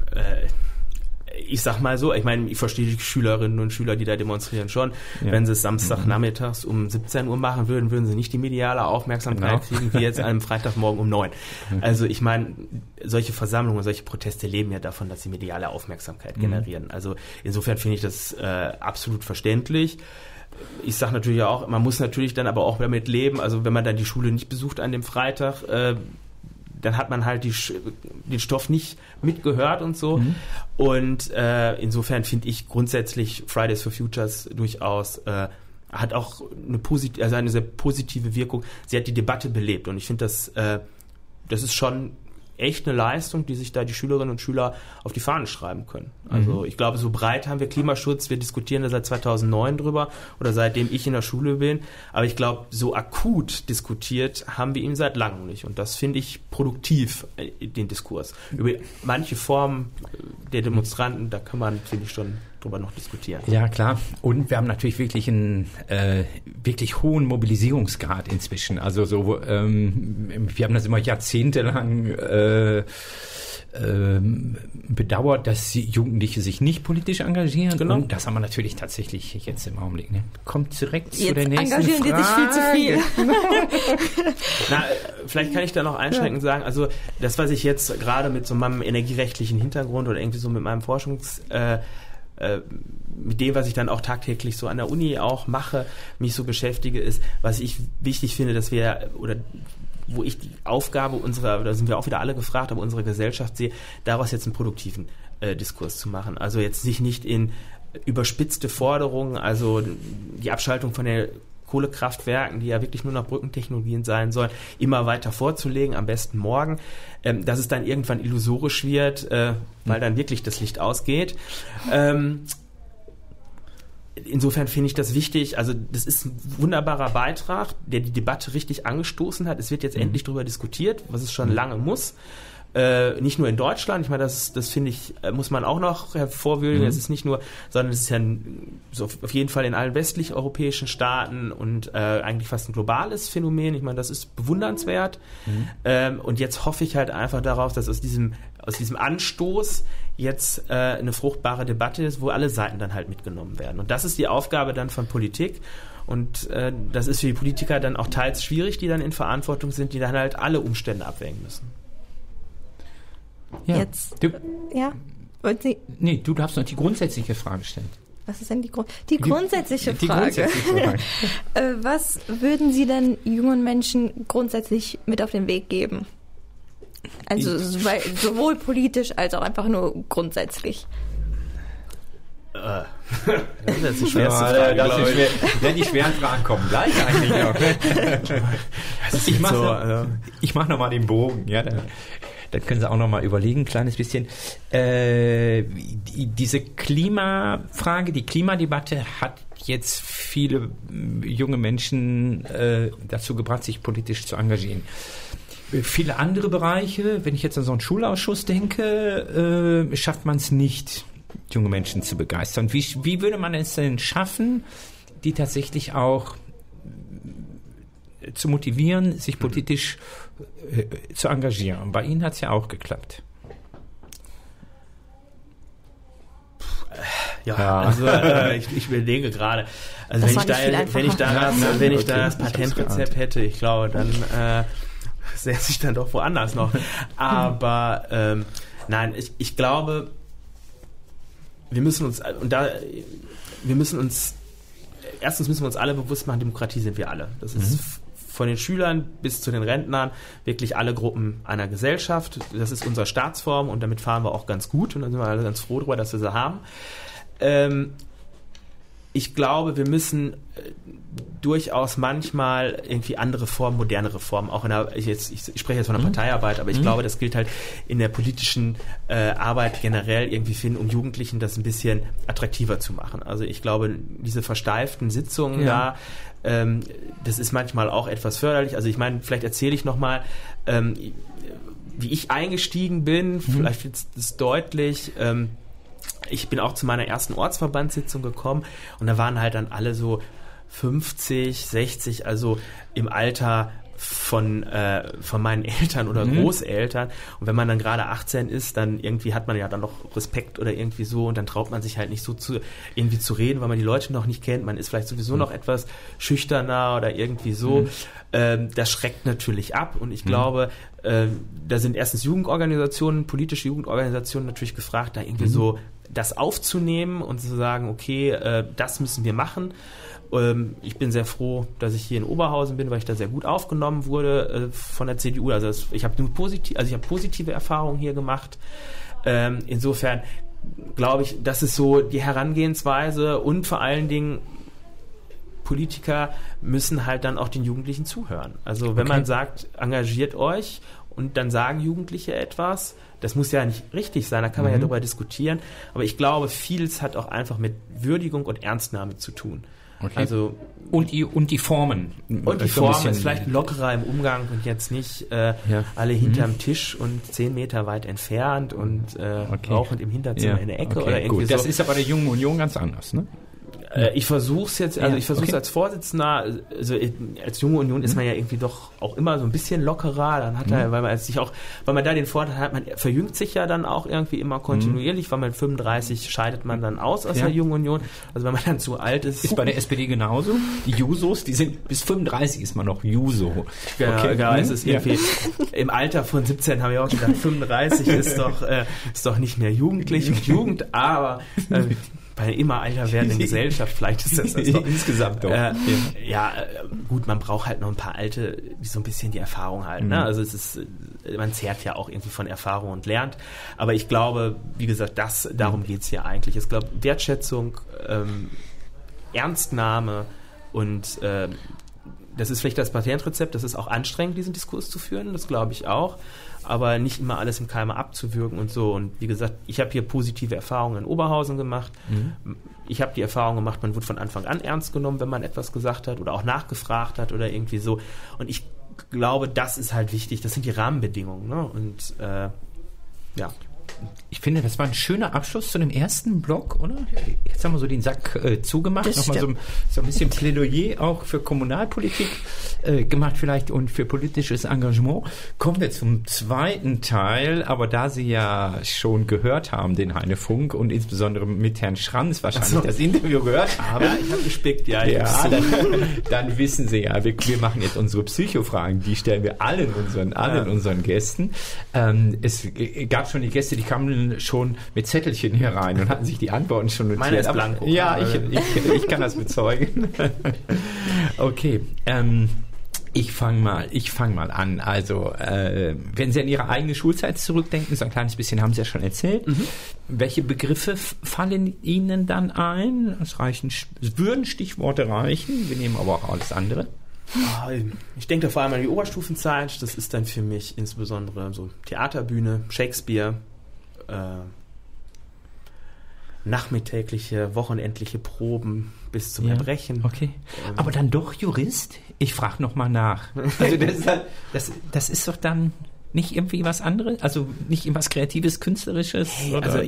Ich sag mal so, ich meine, ich verstehe die Schülerinnen und Schüler, die da demonstrieren schon. Ja. Wenn sie es Samstagnachmittags um 17 Uhr machen würden sie nicht die mediale Aufmerksamkeit kriegen, wie jetzt an einem Freitagmorgen um 9. Also ich meine, solche Versammlungen, solche Proteste leben ja davon, dass sie mediale Aufmerksamkeit generieren. Also insofern finde ich das absolut verständlich. Ich sage natürlich auch, man muss natürlich dann aber auch damit leben, also wenn man dann die Schule nicht besucht an dem Freitag, dann hat man halt den Stoff nicht mitgehört und so. Und insofern finde ich grundsätzlich Fridays for Futures durchaus hat auch eine sehr positive Wirkung. Sie hat die Debatte belebt und ich finde, das ist schon echt eine Leistung, die sich da die Schülerinnen und Schüler auf die Fahnen schreiben können. Also ich glaube, so breit haben wir Klimaschutz, wir diskutieren da seit 2009 drüber oder seitdem ich in der Schule bin, aber ich glaube, so akut diskutiert haben wir ihn seit langem nicht und das finde ich produktiv, den Diskurs. Über manche Formen der Demonstranten, da kann man, finde ich, schon drüber noch diskutieren. Ja, klar. Und wir haben natürlich wirklich einen wirklich hohen Mobilisierungsgrad inzwischen. Also so, wir haben das immer jahrzehntelang bedauert, dass die Jugendliche sich nicht politisch engagieren. Genau. Und das haben wir natürlich tatsächlich jetzt im Augenblick. Ne? Kommt direkt jetzt zu der nächsten engagieren Frage. die sich viel zu viel. Na, vielleicht kann ich da noch einschränkend sagen, also das, was ich jetzt gerade mit so meinem energierechtlichen Hintergrund oder irgendwie so mit meinem mit dem, was ich dann auch tagtäglich so an der Uni auch mache, mich so beschäftige, ist, was ich wichtig finde, dass wir, oder wo ich die Aufgabe unserer, da sind wir auch wieder alle gefragt, aber unsere Gesellschaft sehe, daraus jetzt einen produktiven Diskurs zu machen. Also jetzt sich nicht in überspitzte Forderungen, also die Abschaltung von der Kohlekraftwerken, die ja wirklich nur noch Brückentechnologien sein sollen, immer weiter vorzulegen, am besten morgen, dass es dann irgendwann illusorisch wird, weil dann wirklich das Licht ausgeht. Insofern finde ich das wichtig, also das ist ein wunderbarer Beitrag, der die Debatte richtig angestoßen hat. Es wird jetzt endlich darüber diskutiert, was es schon lange muss. Nicht nur in Deutschland, ich meine, das finde ich, muss man auch noch hervorheben. Es ist nicht nur, sondern es ist ja so auf jeden Fall in allen westlich-europäischen Staaten und eigentlich fast ein globales Phänomen. Ich meine, das ist bewundernswert. Und jetzt hoffe ich halt einfach darauf, dass aus diesem Anstoß jetzt eine fruchtbare Debatte ist, wo alle Seiten dann halt mitgenommen werden. Und das ist die Aufgabe dann von Politik. Und das ist für die Politiker dann auch teils schwierig, die dann in Verantwortung sind, die dann halt alle Umstände abwägen müssen. Ja. Jetzt, Du, ja. Und Sie, nee, du darfst noch die grundsätzliche Frage stellen. was ist denn die grundsätzliche Die Frage? grundsätzliche Frage. Was würden Sie denn jungen Menschen grundsätzlich mit auf den Weg geben? Also sowohl politisch als auch einfach nur grundsätzlich. Das ist die schwerste Frage, glaube ich. Wenn die schweren Fragen kommen, gleich eigentlich auch. Ich mach noch mal den Bogen. Ja, dann können Sie auch noch mal überlegen, ein kleines bisschen. Diese Klimafrage, die Klimadebatte hat jetzt viele junge Menschen dazu gebracht, sich politisch zu engagieren. Viele andere Bereiche, wenn ich jetzt an so einen Schulausschuss denke, schafft man es nicht, junge Menschen zu begeistern. Wie würde man es denn schaffen, die tatsächlich auch zu motivieren, sich politisch zu engagieren? Bei Ihnen hat es ja auch geklappt. Ja, also ich überlege gerade, also wenn ich da das Patentrezept hätte, ich glaube, dann säße ich dann doch woanders noch. Aber nein, ich glaube, erstens müssen wir uns alle bewusst machen, Demokratie sind wir alle. Das ist von den Schülern bis zu den Rentnern wirklich alle Gruppen einer Gesellschaft. Das ist unsere Staatsform und damit fahren wir auch ganz gut und dann sind wir alle ganz froh darüber, dass wir sie haben. Ich glaube, wir müssen durchaus manchmal irgendwie andere Formen, modernere Formen, auch ich spreche jetzt von der Parteiarbeit, aber ich glaube, das gilt halt in der politischen Arbeit generell irgendwie finden, um Jugendlichen das ein bisschen attraktiver zu machen. Also ich glaube, diese versteiften Sitzungen das ist manchmal auch etwas förderlich. Also ich meine, vielleicht erzähle ich nochmal, wie ich eingestiegen bin, vielleicht wird es deutlich. Ich bin auch zu meiner ersten Ortsverbandssitzung gekommen und da waren halt dann alle so 50, 60, also im Alter von meinen Eltern oder Großeltern. Und wenn man dann gerade 18 ist, dann irgendwie hat man ja dann noch Respekt oder irgendwie so und dann traut man sich halt nicht so irgendwie zu reden, weil man die Leute noch nicht kennt. Man ist vielleicht sowieso noch etwas schüchterner oder irgendwie so. Das schreckt natürlich ab und ich glaube, da sind erstens Jugendorganisationen, politische Jugendorganisationen natürlich gefragt, da irgendwie so das aufzunehmen und zu sagen, okay, das müssen wir machen. Ich bin sehr froh, dass ich hier in Oberhausen bin, weil ich da sehr gut aufgenommen wurde von der CDU. Also ich habe positive Erfahrungen hier gemacht. Insofern glaube ich, das ist so die Herangehensweise und vor allen Dingen Politiker müssen halt dann auch den Jugendlichen zuhören. Also wenn man sagt, engagiert euch und dann sagen Jugendliche etwas. Das muss ja nicht richtig sein, da kann man ja darüber diskutieren. Aber ich glaube, vieles hat auch einfach mit Würdigung und Ernstnahme zu tun. Okay. Also und die Formen. Und die Formen ist vielleicht lockerer im Umgang und jetzt nicht alle hinterm Tisch und 10 Meter weit entfernt und rauchend im Hinterzimmer in der Ecke oder irgendwie gut. so. Das ist aber der Jungen Union ganz anders, ne? Ich versuche es jetzt, als Vorsitzender, also als Junge Union ist man ja irgendwie doch auch immer so ein bisschen lockerer, dann hat weil man da den Vorteil hat, man verjüngt sich ja dann auch irgendwie immer kontinuierlich, weil man 35 scheidet man dann aus der Jungen Union, also wenn man dann zu alt ist. Ist bei der SPD genauso? Die Jusos, die sind bis 35 ist man noch Juso. Ja, es ist irgendwie im Alter von 17 habe ich auch gedacht, 35 ist doch nicht mehr jugendlich und Jugend, aber bei einer immer älter werdenden Gesellschaft, vielleicht ist das doch. Insgesamt doch. Gut, man braucht halt noch ein paar Alte, die so ein bisschen die Erfahrung halten. Ne? Also man zehrt ja auch irgendwie von Erfahrung und lernt. Aber ich glaube, wie gesagt, darum geht's hier eigentlich. Ich glaube, Wertschätzung, Ernstnahme und das ist vielleicht das Patentrezept, das ist auch anstrengend, diesen Diskurs zu führen, das glaube ich auch, aber nicht immer alles im Keime abzuwürgen und so. Und wie gesagt, ich habe hier positive Erfahrungen in Oberhausen gemacht. Ich habe die Erfahrung gemacht, man wurde von Anfang an ernst genommen, wenn man etwas gesagt hat oder auch nachgefragt hat oder irgendwie so. Und ich glaube, das ist halt wichtig, das sind die Rahmenbedingungen. Ne? Und ich finde, das war ein schöner Abschluss zu dem ersten Block, oder? Jetzt haben wir so den Sack zugemacht. Nochmal so ein bisschen Plädoyer auch für Kommunalpolitik gemacht vielleicht und für politisches Engagement. Kommen wir zum zweiten Teil, aber da Sie ja schon gehört haben, den Heine Funk und insbesondere mit Herrn Schranz wahrscheinlich das Interview gehört haben. Ja, ich habe gespickt, dann wissen Sie ja, wir machen jetzt unsere Psychofragen, die stellen wir allen unseren Gästen. Es gab schon die Gäste, die kamen schon mit Zettelchen hier rein und hatten sich die Antworten schon notiert. Meine ist blanko. Ja, ich kann das bezeugen. Okay, ich fange mal an. Also, wenn Sie an Ihre eigene Schulzeit zurückdenken, so ein kleines bisschen haben Sie ja schon erzählt, welche Begriffe fallen Ihnen dann ein? Würden Stichworte reichen, wir nehmen aber auch alles andere. Ich denke da vor allem an die Oberstufenzeit, das ist dann für mich insbesondere so Theaterbühne, Shakespeare, nachmittägliche, wochenendliche Proben bis zum Erbrechen. Okay. Aber dann doch Jurist? Ich frage nochmal nach. Also das ist doch dann nicht irgendwie was anderes? Also nicht irgendwas Kreatives, Künstlerisches? Ich habe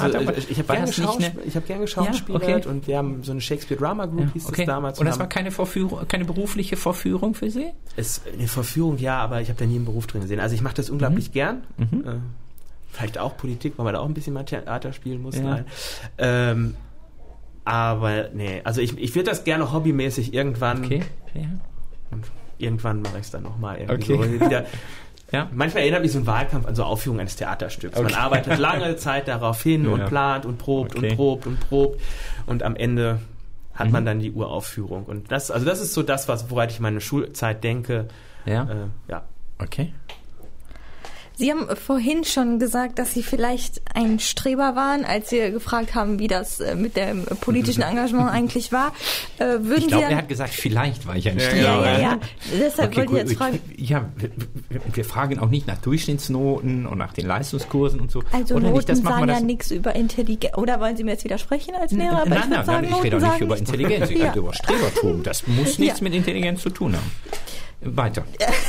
gerne geschauspielert und wir haben so eine Shakespeare-Drama-Group, hieß das damals. Und das war keine berufliche Verführung für Sie? Eine Verführung, ja, aber ich habe da nie einen Beruf drin gesehen. Also ich mache das unglaublich gern. Vielleicht auch Politik, weil man da auch ein bisschen mal Theater spielen muss. Ja. Nein. Aber nee, also ich würde das gerne hobbymäßig irgendwann. Okay. Ja. Und irgendwann mache ich es dann nochmal irgendwie so wieder. Ja. Manchmal erinnert mich so ein Wahlkampf an so Aufführung eines Theaterstücks. Man arbeitet lange Zeit darauf hin und plant und probt und probt und probt und am Ende hat man dann die Uraufführung. Und das ist so das, woran ich meine Schulzeit denke. Ja. Okay. Sie haben vorhin schon gesagt, dass Sie vielleicht ein Streber waren, als Sie gefragt haben, wie das mit dem politischen Engagement eigentlich war. Ich glaube, er hat gesagt, vielleicht war ich ein Streber. Ja. Deshalb wollte ich jetzt fragen. Ja, wir fragen auch nicht nach Durchschnittsnoten und nach den Leistungskursen und so. Also oder Noten nicht, sagen ja nichts über Intelligenz. Oder wollen Sie mir jetzt widersprechen als Lehrer? Nein, ich rede auch nicht über Intelligenz, ich rede über Strebertum. Das muss nichts mit Intelligenz zu tun haben. Weiter.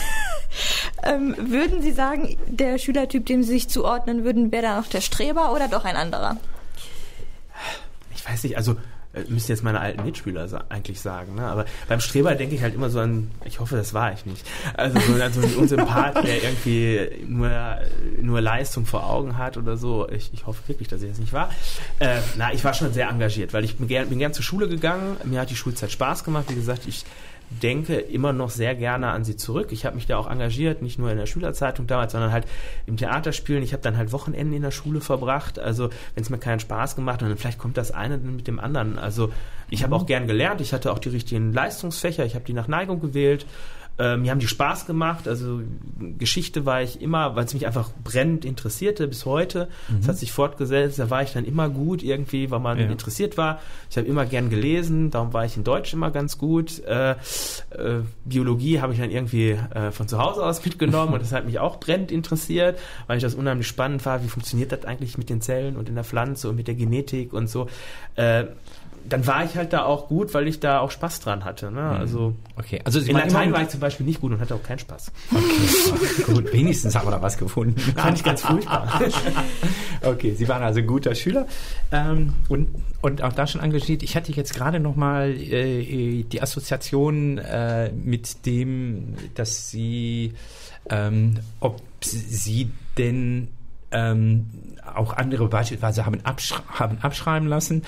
Würden Sie sagen, der Schülertyp, dem Sie sich zuordnen würden, wäre da noch der Streber oder doch ein anderer? Ich weiß nicht, also müssten jetzt meine alten Mitschüler eigentlich sagen, ne? Aber beim Streber denke ich halt immer so an, ich hoffe, das war ich nicht. Also so ein Unsympath, der irgendwie nur Leistung vor Augen hat oder so. Ich hoffe wirklich, dass ich das nicht war. Ich war schon sehr engagiert, weil ich bin gern zur Schule gegangen. Mir hat die Schulzeit Spaß gemacht. Wie gesagt, ich denke immer noch sehr gerne an sie zurück. Ich habe mich da auch engagiert, nicht nur in der Schülerzeitung damals, sondern halt im Theaterspielen. Ich habe dann halt Wochenenden in der Schule verbracht. Also wenn es mir keinen Spaß gemacht hat, dann vielleicht kommt das eine mit dem anderen. Also ich habe auch gern gelernt. Ich hatte auch die richtigen Leistungsfächer. Ich habe die nach Neigung gewählt. Mir haben die Spaß gemacht, also Geschichte war ich immer, weil es mich einfach brennend interessierte bis heute. Das hat sich fortgesetzt, da war ich dann immer gut irgendwie, weil man interessiert war. Ich habe immer gern gelesen, darum war ich in Deutsch immer ganz gut. Biologie habe ich dann irgendwie von zu Hause aus mitgenommen und das hat mich auch brennend interessiert, weil ich das unheimlich spannend war, wie funktioniert das eigentlich mit den Zellen und in der Pflanze und mit der Genetik und so. Dann war ich halt da auch gut, weil ich da auch Spaß dran hatte. Ne? Also, okay. Also in Latein war ich zum Beispiel nicht gut und hatte auch keinen Spaß. Okay, gut, wenigstens haben wir da was gefunden. Fand ich ganz furchtbar. Okay, Sie waren also ein guter Schüler und auch da schon engagiert. Ich hatte jetzt gerade noch mal die Assoziation mit dem, dass Sie, ob Sie denn auch andere beispielsweise haben abschreiben lassen.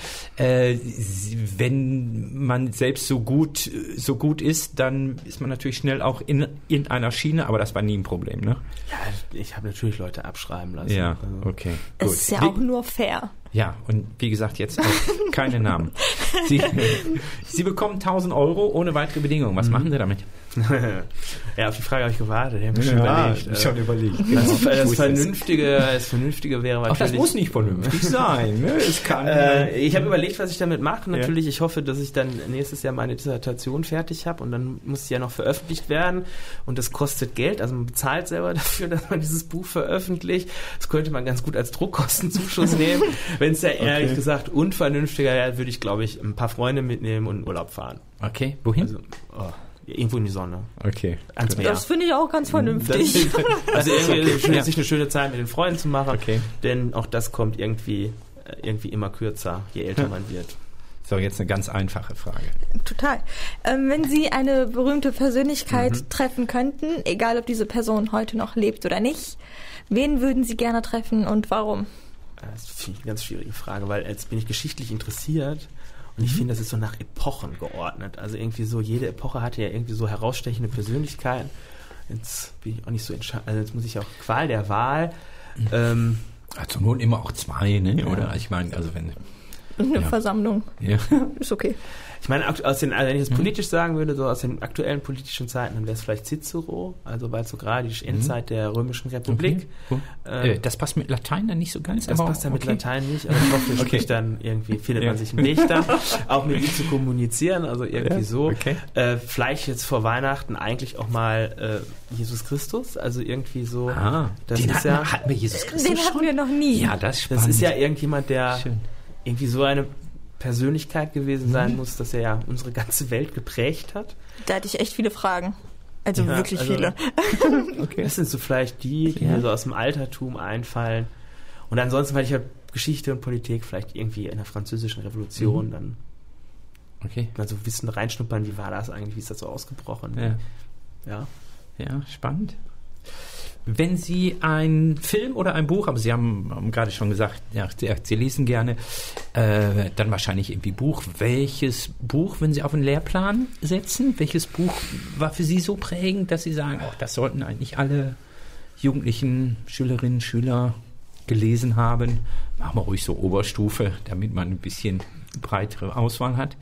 Wenn man selbst so gut ist, dann ist man natürlich schnell auch in einer Schiene, aber das war nie ein Problem, ne? Ja, ich habe natürlich Leute abschreiben lassen. Ja, okay. Es ist ja auch nur fair. Ja, und wie gesagt, jetzt auch keine Namen. Sie bekommen 1.000 € ohne weitere Bedingungen. Was machen Sie damit? Ja, auf die Frage habe ich gewartet. Ich habe mir schon überlegt. Das Vernünftige wäre natürlich... Auch das muss nicht vernünftig sein. Ne? Es kann, ich habe überlegt, was ich damit mache. Natürlich, ich hoffe, dass ich dann nächstes Jahr meine Dissertation fertig habe und dann muss sie ja noch veröffentlicht werden und das kostet Geld. Also man bezahlt selber dafür, dass man dieses Buch veröffentlicht. Das könnte man ganz gut als Druckkostenzuschuss nehmen. Wenn es ja ehrlich gesagt unvernünftiger wäre, würde ich, glaube ich, ein paar Freunde mitnehmen und in Urlaub fahren. Okay, wohin? Also, irgendwo in die Sonne. Okay. Ans Meer. Das finde ich auch ganz vernünftig. Also irgendwie sich eine schöne Zeit mit den Freunden zu machen, okay. Denn auch das kommt irgendwie immer kürzer, je älter man wird. So, jetzt eine ganz einfache Frage. Total. Wenn Sie eine berühmte Persönlichkeit treffen könnten, egal ob diese Person heute noch lebt oder nicht, wen würden Sie gerne treffen und warum? Das ist eine ganz schwierige Frage, weil jetzt bin ich geschichtlich interessiert und ich finde, das ist so nach Epochen geordnet. Also irgendwie so, jede Epoche hatte ja irgendwie so herausstechende Persönlichkeiten. Jetzt bin ich auch nicht so also jetzt muss ich auch Qual der Wahl. Also nun immer auch 2, ne? Ja. Oder? Ich meine, also wenn... Eine Versammlung. Ja. Ist okay. Ich meine, wenn ich das politisch sagen würde, so aus den aktuellen politischen Zeiten, dann wäre es vielleicht Cicero, also weil so gerade die Endzeit der Römischen Republik. Okay. Das passt mit Latein dann nicht so ganz? Das passt ja mit Latein nicht, aber ich hoffe, dann irgendwie findet man sich einen Weg dann, auch mit ihm zu kommunizieren, also irgendwie so. Okay. Vielleicht jetzt vor Weihnachten eigentlich auch mal Jesus Christus, also irgendwie so. Das ist hatten wir Jesus Christus Den hatten wir noch nie. Ja, das ist spannend. Das ist ja irgendjemand, der irgendwie so eine Persönlichkeit gewesen sein muss, dass er ja unsere ganze Welt geprägt hat. Da hatte ich echt viele Fragen. Also wirklich viele. Okay. Das sind so vielleicht die mir so aus dem Altertum einfallen. Und ansonsten, weil ich habe Geschichte und Politik, vielleicht irgendwie in der Französischen Revolution dann mal so Wissen reinschnuppern, wie war das eigentlich, wie ist das so ausgebrochen? Ja, spannend. Wenn Sie ein Film oder ein Buch, aber Sie haben gerade schon gesagt, ja, Sie lesen gerne, dann wahrscheinlich irgendwie Buch. Welches Buch, wenn Sie auf einen Lehrplan setzen, welches Buch war für Sie so prägend, dass Sie sagen, das sollten eigentlich alle Jugendlichen, Schülerinnen, Schüler gelesen haben? Machen wir ruhig so Oberstufe, damit man ein bisschen breitere Auswahl hat.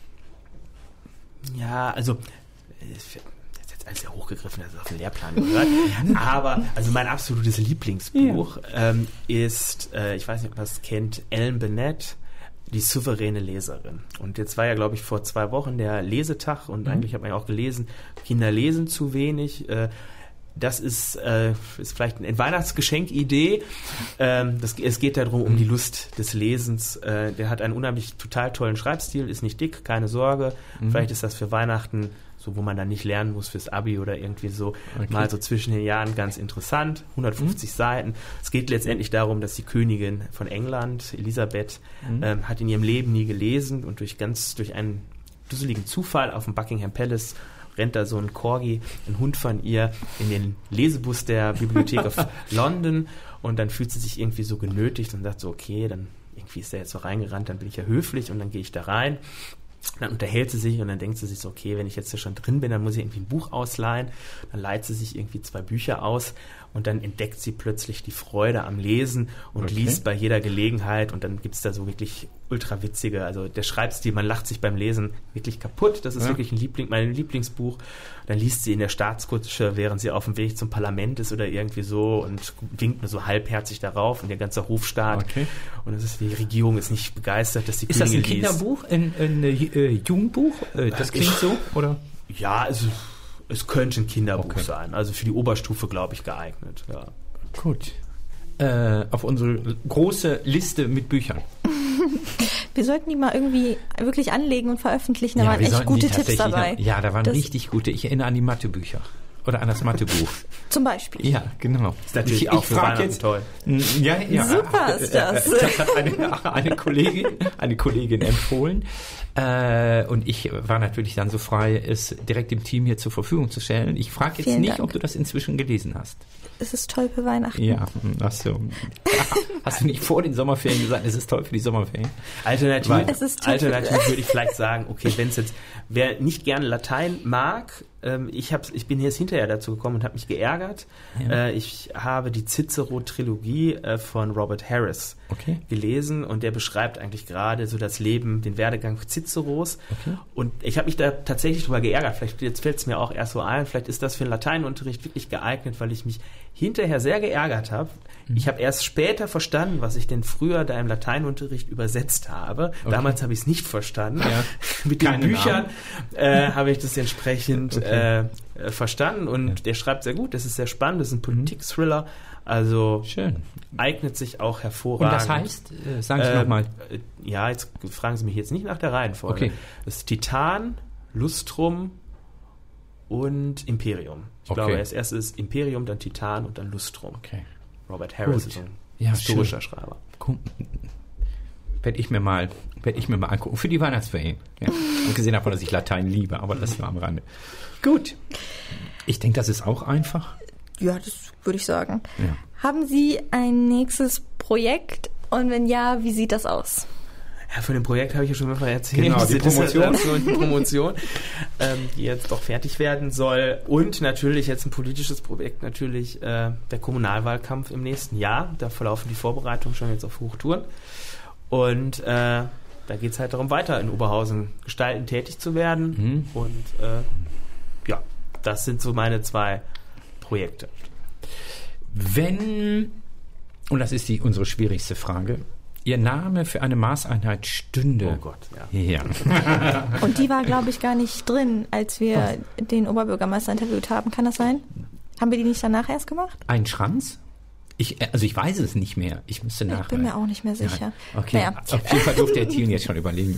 Ja, also... als sehr hochgegriffen, dass es auf den Lehrplan gehört. Aber, also mein absolutes Lieblingsbuch ist, ich weiß nicht, ob man es kennt, Ellen Bennett, Die souveräne Leserin. Und jetzt war ja, glaube ich, vor 2 Wochen der Lesetag und eigentlich hat man ja auch gelesen, Kinder lesen zu wenig. Das ist vielleicht eine Weihnachtsgeschenkidee. Es geht darum, um die Lust des Lesens. Der hat einen unheimlich total tollen Schreibstil, ist nicht dick, keine Sorge. Vielleicht ist das für Weihnachten, so wo man dann nicht lernen muss fürs Abi oder irgendwie so, mal so zwischen den Jahren ganz interessant. 150 Seiten. Es geht letztendlich darum, dass die Königin von England, Elisabeth, hat in ihrem Leben nie gelesen und durch einen dusseligen Zufall auf dem Buckingham Palace rennt da so ein Corgi, ein Hund von ihr, in den Lesebus der Bibliothek of London und dann fühlt sie sich irgendwie so genötigt und sagt so, okay, dann irgendwie ist der jetzt so reingerannt, dann bin ich ja höflich und dann gehe ich da rein. Dann unterhält sie sich und dann denkt sie sich so, okay, wenn ich jetzt hier schon drin bin, dann muss ich irgendwie ein Buch ausleihen. Dann leiht sie sich irgendwie 2 Bücher aus und dann entdeckt sie plötzlich die Freude am Lesen und liest bei jeder Gelegenheit und dann gibt es da so wirklich ultra witzige, also der Schreibstil, man lacht sich beim Lesen wirklich kaputt. Das ist wirklich mein Lieblingsbuch. Dann liest sie in der Staatskutsche, während sie auf dem Weg zum Parlament ist oder irgendwie so und winkt nur so halbherzig darauf und der ganze Hofstaat. Okay. Und die Regierung ist nicht begeistert, dass die Königin liest. Ist das ein Kinderbuch, ein Jugendbuch? Das klingt so, oder? Ja, es könnte ein Kinderbuch sein. Also für die Oberstufe, glaube ich, geeignet. Ja. Gut. Auf unsere große Liste mit Büchern. Wir sollten die mal irgendwie wirklich anlegen und veröffentlichen. Da waren echt gute Tipps dabei. Ja, da waren richtig gute. Ich erinnere an die Mathebücher. Oder an das Mathebuch. Zum Beispiel. Ja, genau. Ist natürlich auch für Weihnachten toll. Ja. Super ist das. Das hat eine Kollegin empfohlen. Und ich war natürlich dann so frei, es direkt dem Team hier zur Verfügung zu stellen. Ich frage jetzt nicht, ob du das inzwischen gelesen hast. Es ist toll für Weihnachten. Ja, hast du nicht vor den Sommerferien gesagt, es ist toll für die Sommerferien? Alternativ würde ich vielleicht sagen, okay, wer nicht gerne Latein mag, ich bin jetzt hinterher dazu gekommen und habe mich geärgert. Ja. Ich habe die Cicero-Trilogie von Robert Harris gelesen und der beschreibt eigentlich gerade so das Leben, den Werdegang Ciceros. Okay. Und ich habe mich da tatsächlich drüber geärgert. Jetzt fällt es mir auch erst so ein, vielleicht ist das für den Lateinunterricht wirklich geeignet, weil ich mich hinterher sehr geärgert habe. Ich habe erst später verstanden, was ich denn früher da im Lateinunterricht übersetzt habe. Okay. Damals habe ich es nicht verstanden. Ja. Mit den Büchern habe ich das entsprechend verstanden und der schreibt sehr gut. Das ist sehr spannend. Das ist ein Politik-Thriller. Also schön. Eignet sich auch hervorragend. Und das heißt, sagen Sie nochmal. Ja, jetzt fragen Sie mich jetzt nicht nach der Reihenfolge. Okay. Das ist Titan, Lustrum und Imperium. Ich glaube, als erstes ist Imperium, dann Titan und dann Lustrum. Okay. Robert Harris ist ein historischer Schreiber. Cool. Werde ich mir mal angucken. Für die Weihnachtsferien. Ja. Abgesehen davon, dass ich Latein liebe, aber das war am Rande. Gut. Ich denke, das ist auch einfach. Ja, das würde ich sagen. Ja. Haben Sie ein nächstes Projekt? Und wenn ja, wie sieht das aus? Ja, von dem Projekt habe ich ja schon mal erzählt. Genau, die Promotion, die jetzt doch fertig werden soll. Und natürlich jetzt ein politisches Projekt, natürlich der Kommunalwahlkampf im nächsten Jahr. Da verlaufen die Vorbereitungen schon jetzt auf Hochtouren. Und da geht es halt darum, weiter in Oberhausen gestalten, tätig zu werden. Und das sind so meine 2 Projekte. Und das ist unsere schwierigste Frage, Ihr Name für eine Maßeinheit stünde. Oh Gott, ja. Und die war, glaube ich, gar nicht drin, als wir den Oberbürgermeister interviewt haben. Kann das sein? Haben wir die nicht danach erst gemacht? Ein Schranz? Ich weiß es nicht mehr. Ich müsste nachher. Ich bin mir auch nicht mehr sicher. Ja. Okay, naja. Auf jeden Fall durfte Herr Thielen jetzt schon überlegen.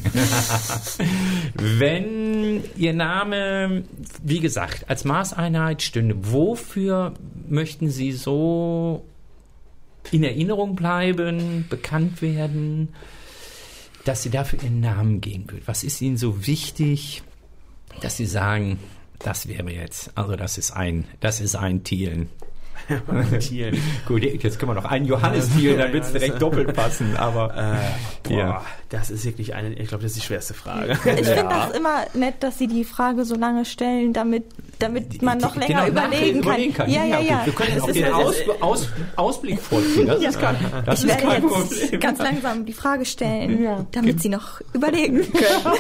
Wenn Ihr Name, wie gesagt, als Maßeinheit stünde, wofür möchten Sie so in Erinnerung bleiben, bekannt werden, dass Sie dafür Ihren Namen gehen würden? Was ist Ihnen so wichtig, dass Sie sagen, das wäre jetzt, also das ist ein Thielen. Thielen. Gut, jetzt können wir noch einen Johannes Thielen, dann wird es direkt doppelt passen, aber das ist wirklich ich glaube, das ist die schwerste Frage. Ich finde das immer nett, dass Sie die Frage so lange stellen, damit man noch länger überlegen kann. Ja. Wir können auch den Ausblick vorziehen. Ich werde jetzt ganz langsam die Frage stellen, damit Sie noch überlegen können.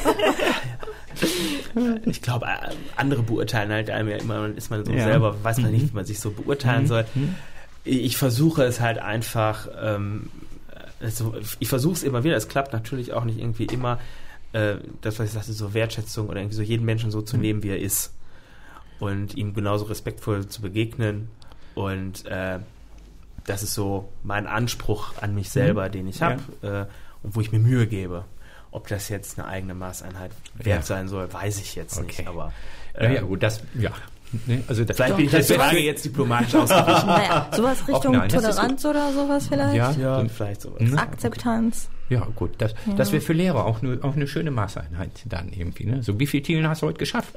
Ich glaube, andere beurteilen halt einem ja immer, ist man so selber, weiß man nicht, wie man sich so beurteilen soll. Ich versuche es halt einfach, ich versuche es immer wieder, es klappt natürlich auch nicht irgendwie immer, das, was ich sagte, so Wertschätzung oder irgendwie so jeden Menschen so zu nehmen, wie er ist und ihm genauso respektvoll zu begegnen und das ist so mein Anspruch an mich selber, den ich habe und wo ich mir Mühe gebe. Ob das jetzt eine eigene Maßeinheit wert sein soll, weiß ich jetzt nicht. Aber gut, also vielleicht bin ich der Frage jetzt diplomatisch ausgewichen. Naja, sowas Richtung Toleranz oder sowas vielleicht? Ja, vielleicht sowas. Akzeptanz. Ja, gut. Das wäre für Lehrer auch eine schöne Maßeinheit dann irgendwie. Ne? So, wie viele Thielen hast du heute geschafft?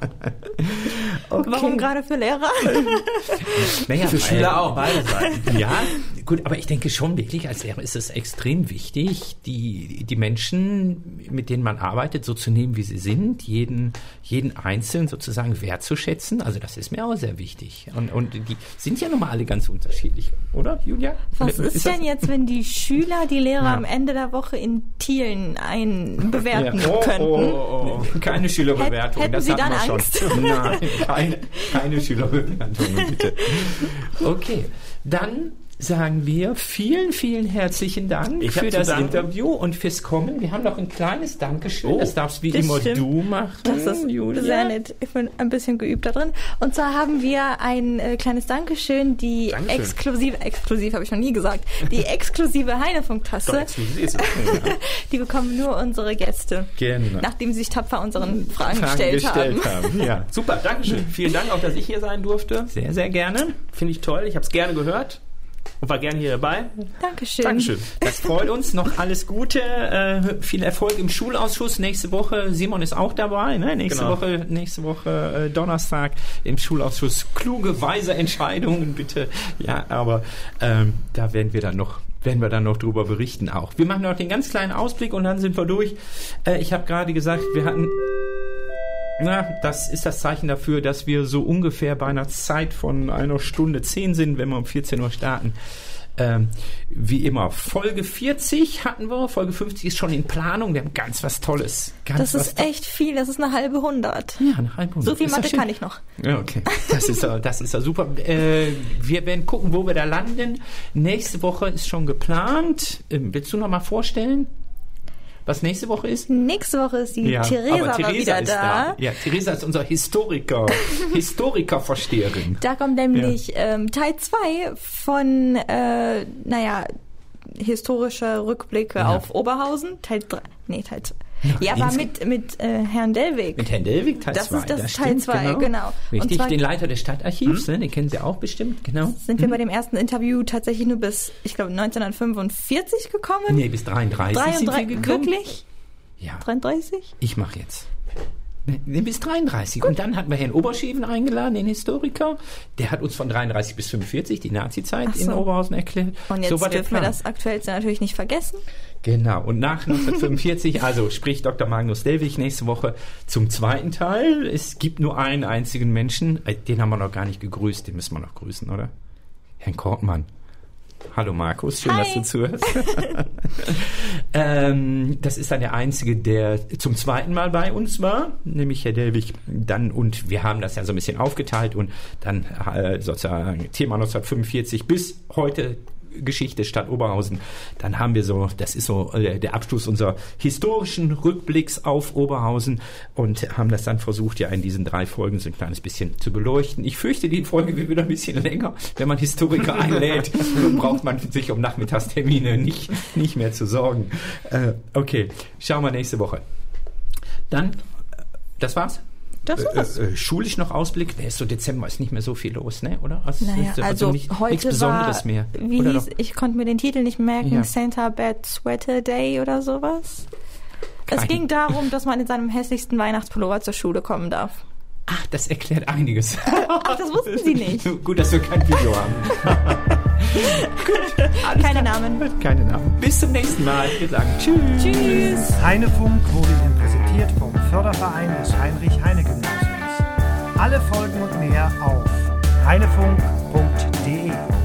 Okay. Warum gerade für Lehrer? Für Schüler auch, beide Seiten. Ja, Gut, aber ich denke schon wirklich, als Lehrer ist es extrem wichtig, die Menschen, mit denen man arbeitet, so zu nehmen, wie sie sind, jeden Einzelnen sozusagen wertzuschätzen. Also das ist mir auch sehr wichtig. Und die sind ja nun mal alle ganz unterschiedlich, oder, Julia? Was ist denn jetzt, wenn die Schüler die Lehrer am Ende der Woche in Thielen bewerten könnten? Keine Schülerbewertung. Hätten das Sie hatten dann wir Angst? Schon. Nein, keine Schülerbewertungen, bitte. Okay, dann sagen wir vielen, vielen herzlichen Dank für das Interview und fürs Kommen. Wir haben noch ein kleines Dankeschön. Das darfst wie immer du machen. Das ist Julia. Sehr nett. Ich bin ein bisschen geübt da drin. Und zwar haben wir ein kleines Dankeschön, die exklusiv habe ich noch nie gesagt, die exklusive Heinefunk-Tasse. Die bekommen nur unsere Gäste. Genau. Nachdem sie sich tapfer unseren Fragen gestellt haben. Ja, super, Dankeschön. Vielen Dank auch, dass ich hier sein durfte. Sehr, sehr gerne. Finde ich toll. Ich habe es gerne gehört. Und war gerne hier dabei. Dankeschön. Das freut uns. Noch alles Gute. Viel Erfolg im Schulausschuss. Nächste Woche, Simon ist auch dabei. Ne? Nächste Woche Donnerstag im Schulausschuss. Kluge, weise Entscheidungen, bitte. Ja, aber da werden wir dann noch drüber berichten auch. Wir machen noch den ganz kleinen Ausblick und dann sind wir durch. Ich habe gerade gesagt, wir hatten... das ist das Zeichen dafür, dass wir so ungefähr bei einer Zeit von 1:10 sind, wenn wir um 14 Uhr starten. Wie immer, Folge 40 hatten wir, Folge 50 ist schon in Planung, wir haben ganz was Tolles. Das ist echt viel, das ist eine halbe 100. Ja, eine halbe 100. So viel Mathe kann ich noch. Ja, okay, das ist ja super. Wir werden gucken, wo wir da landen. Nächste Woche ist schon geplant. Willst du noch mal vorstellen, was nächste Woche ist? Nächste Woche ist die Theresa mal wieder da. Ja, Theresa ist unser Historikerversteherin. Da kommt nämlich Teil 2 von, historische Rückblicke auf Oberhausen. Teil 3. Nee, Teil 2. Ja, aber mit Herrn Dellwig. Mit Herrn Dellwig, Teil 2. Das ist Teil 2, genau. Richtig, den Leiter des Stadtarchivs, den kennen Sie auch bestimmt, genau. Sind wir bei dem ersten Interview tatsächlich nur bis, ich glaube, 1945 gekommen? Nee, bis 33 sind wir gekommen. Wirklich? Ja. 33? Ich mache jetzt. Nee, bis 33. Gut. Und dann hatten wir Herrn Oberscheven eingeladen, den Historiker. Der hat uns von 33 bis 45 die Nazizeit in Oberhausen erklärt. Und jetzt dürfen wir das Aktuellste natürlich nicht vergessen. Genau. Und nach 1945, also spricht Dr. Magnus Dellwig nächste Woche zum zweiten Teil. Es gibt nur einen einzigen Menschen, den haben wir noch gar nicht gegrüßt, den müssen wir noch grüßen, oder? Herrn Kortmann. Hallo Markus, schön, dass du zuhörst. Das ist dann der Einzige, der zum zweiten Mal bei uns war, nämlich Herr Dellwig. Und wir haben das ja so ein bisschen aufgeteilt und dann sozusagen Thema 1945 bis heute Geschichte Stadt Oberhausen. Dann haben wir das ist so der Abschluss unserer historischen Rückblicks auf Oberhausen und haben das dann versucht, ja in diesen 3 Folgen so ein kleines bisschen zu beleuchten. Ich fürchte, die Folge wird wieder ein bisschen länger. Wenn man Historiker einlädt, braucht man sich um Nachmittagstermine nicht mehr zu sorgen. Okay, schauen wir nächste Woche. Dann, das war's? Das war's. Schulisch noch Ausblick, so Dezember ist nicht mehr so viel los, ne? Oder? Also heute nichts Besonderes mehr. Ich konnte mir den Titel nicht merken, Santa Bad Sweater Day oder sowas. Es ging darum, dass man in seinem hässlichsten Weihnachtspullover zur Schule kommen darf. Ach, das erklärt einiges. Ach, das wussten Sie nicht. Gut, dass wir kein Video haben. Gut, keine Namen. Keine Namen. Bis zum nächsten Mal. Wir sagen Tschüss. Tschüss. Heinefunk wurde Ihnen präsentiert vom Förderverein des Heinrich-Heine-Gymnasiums. Alle Folgen und mehr auf heinefunk.de.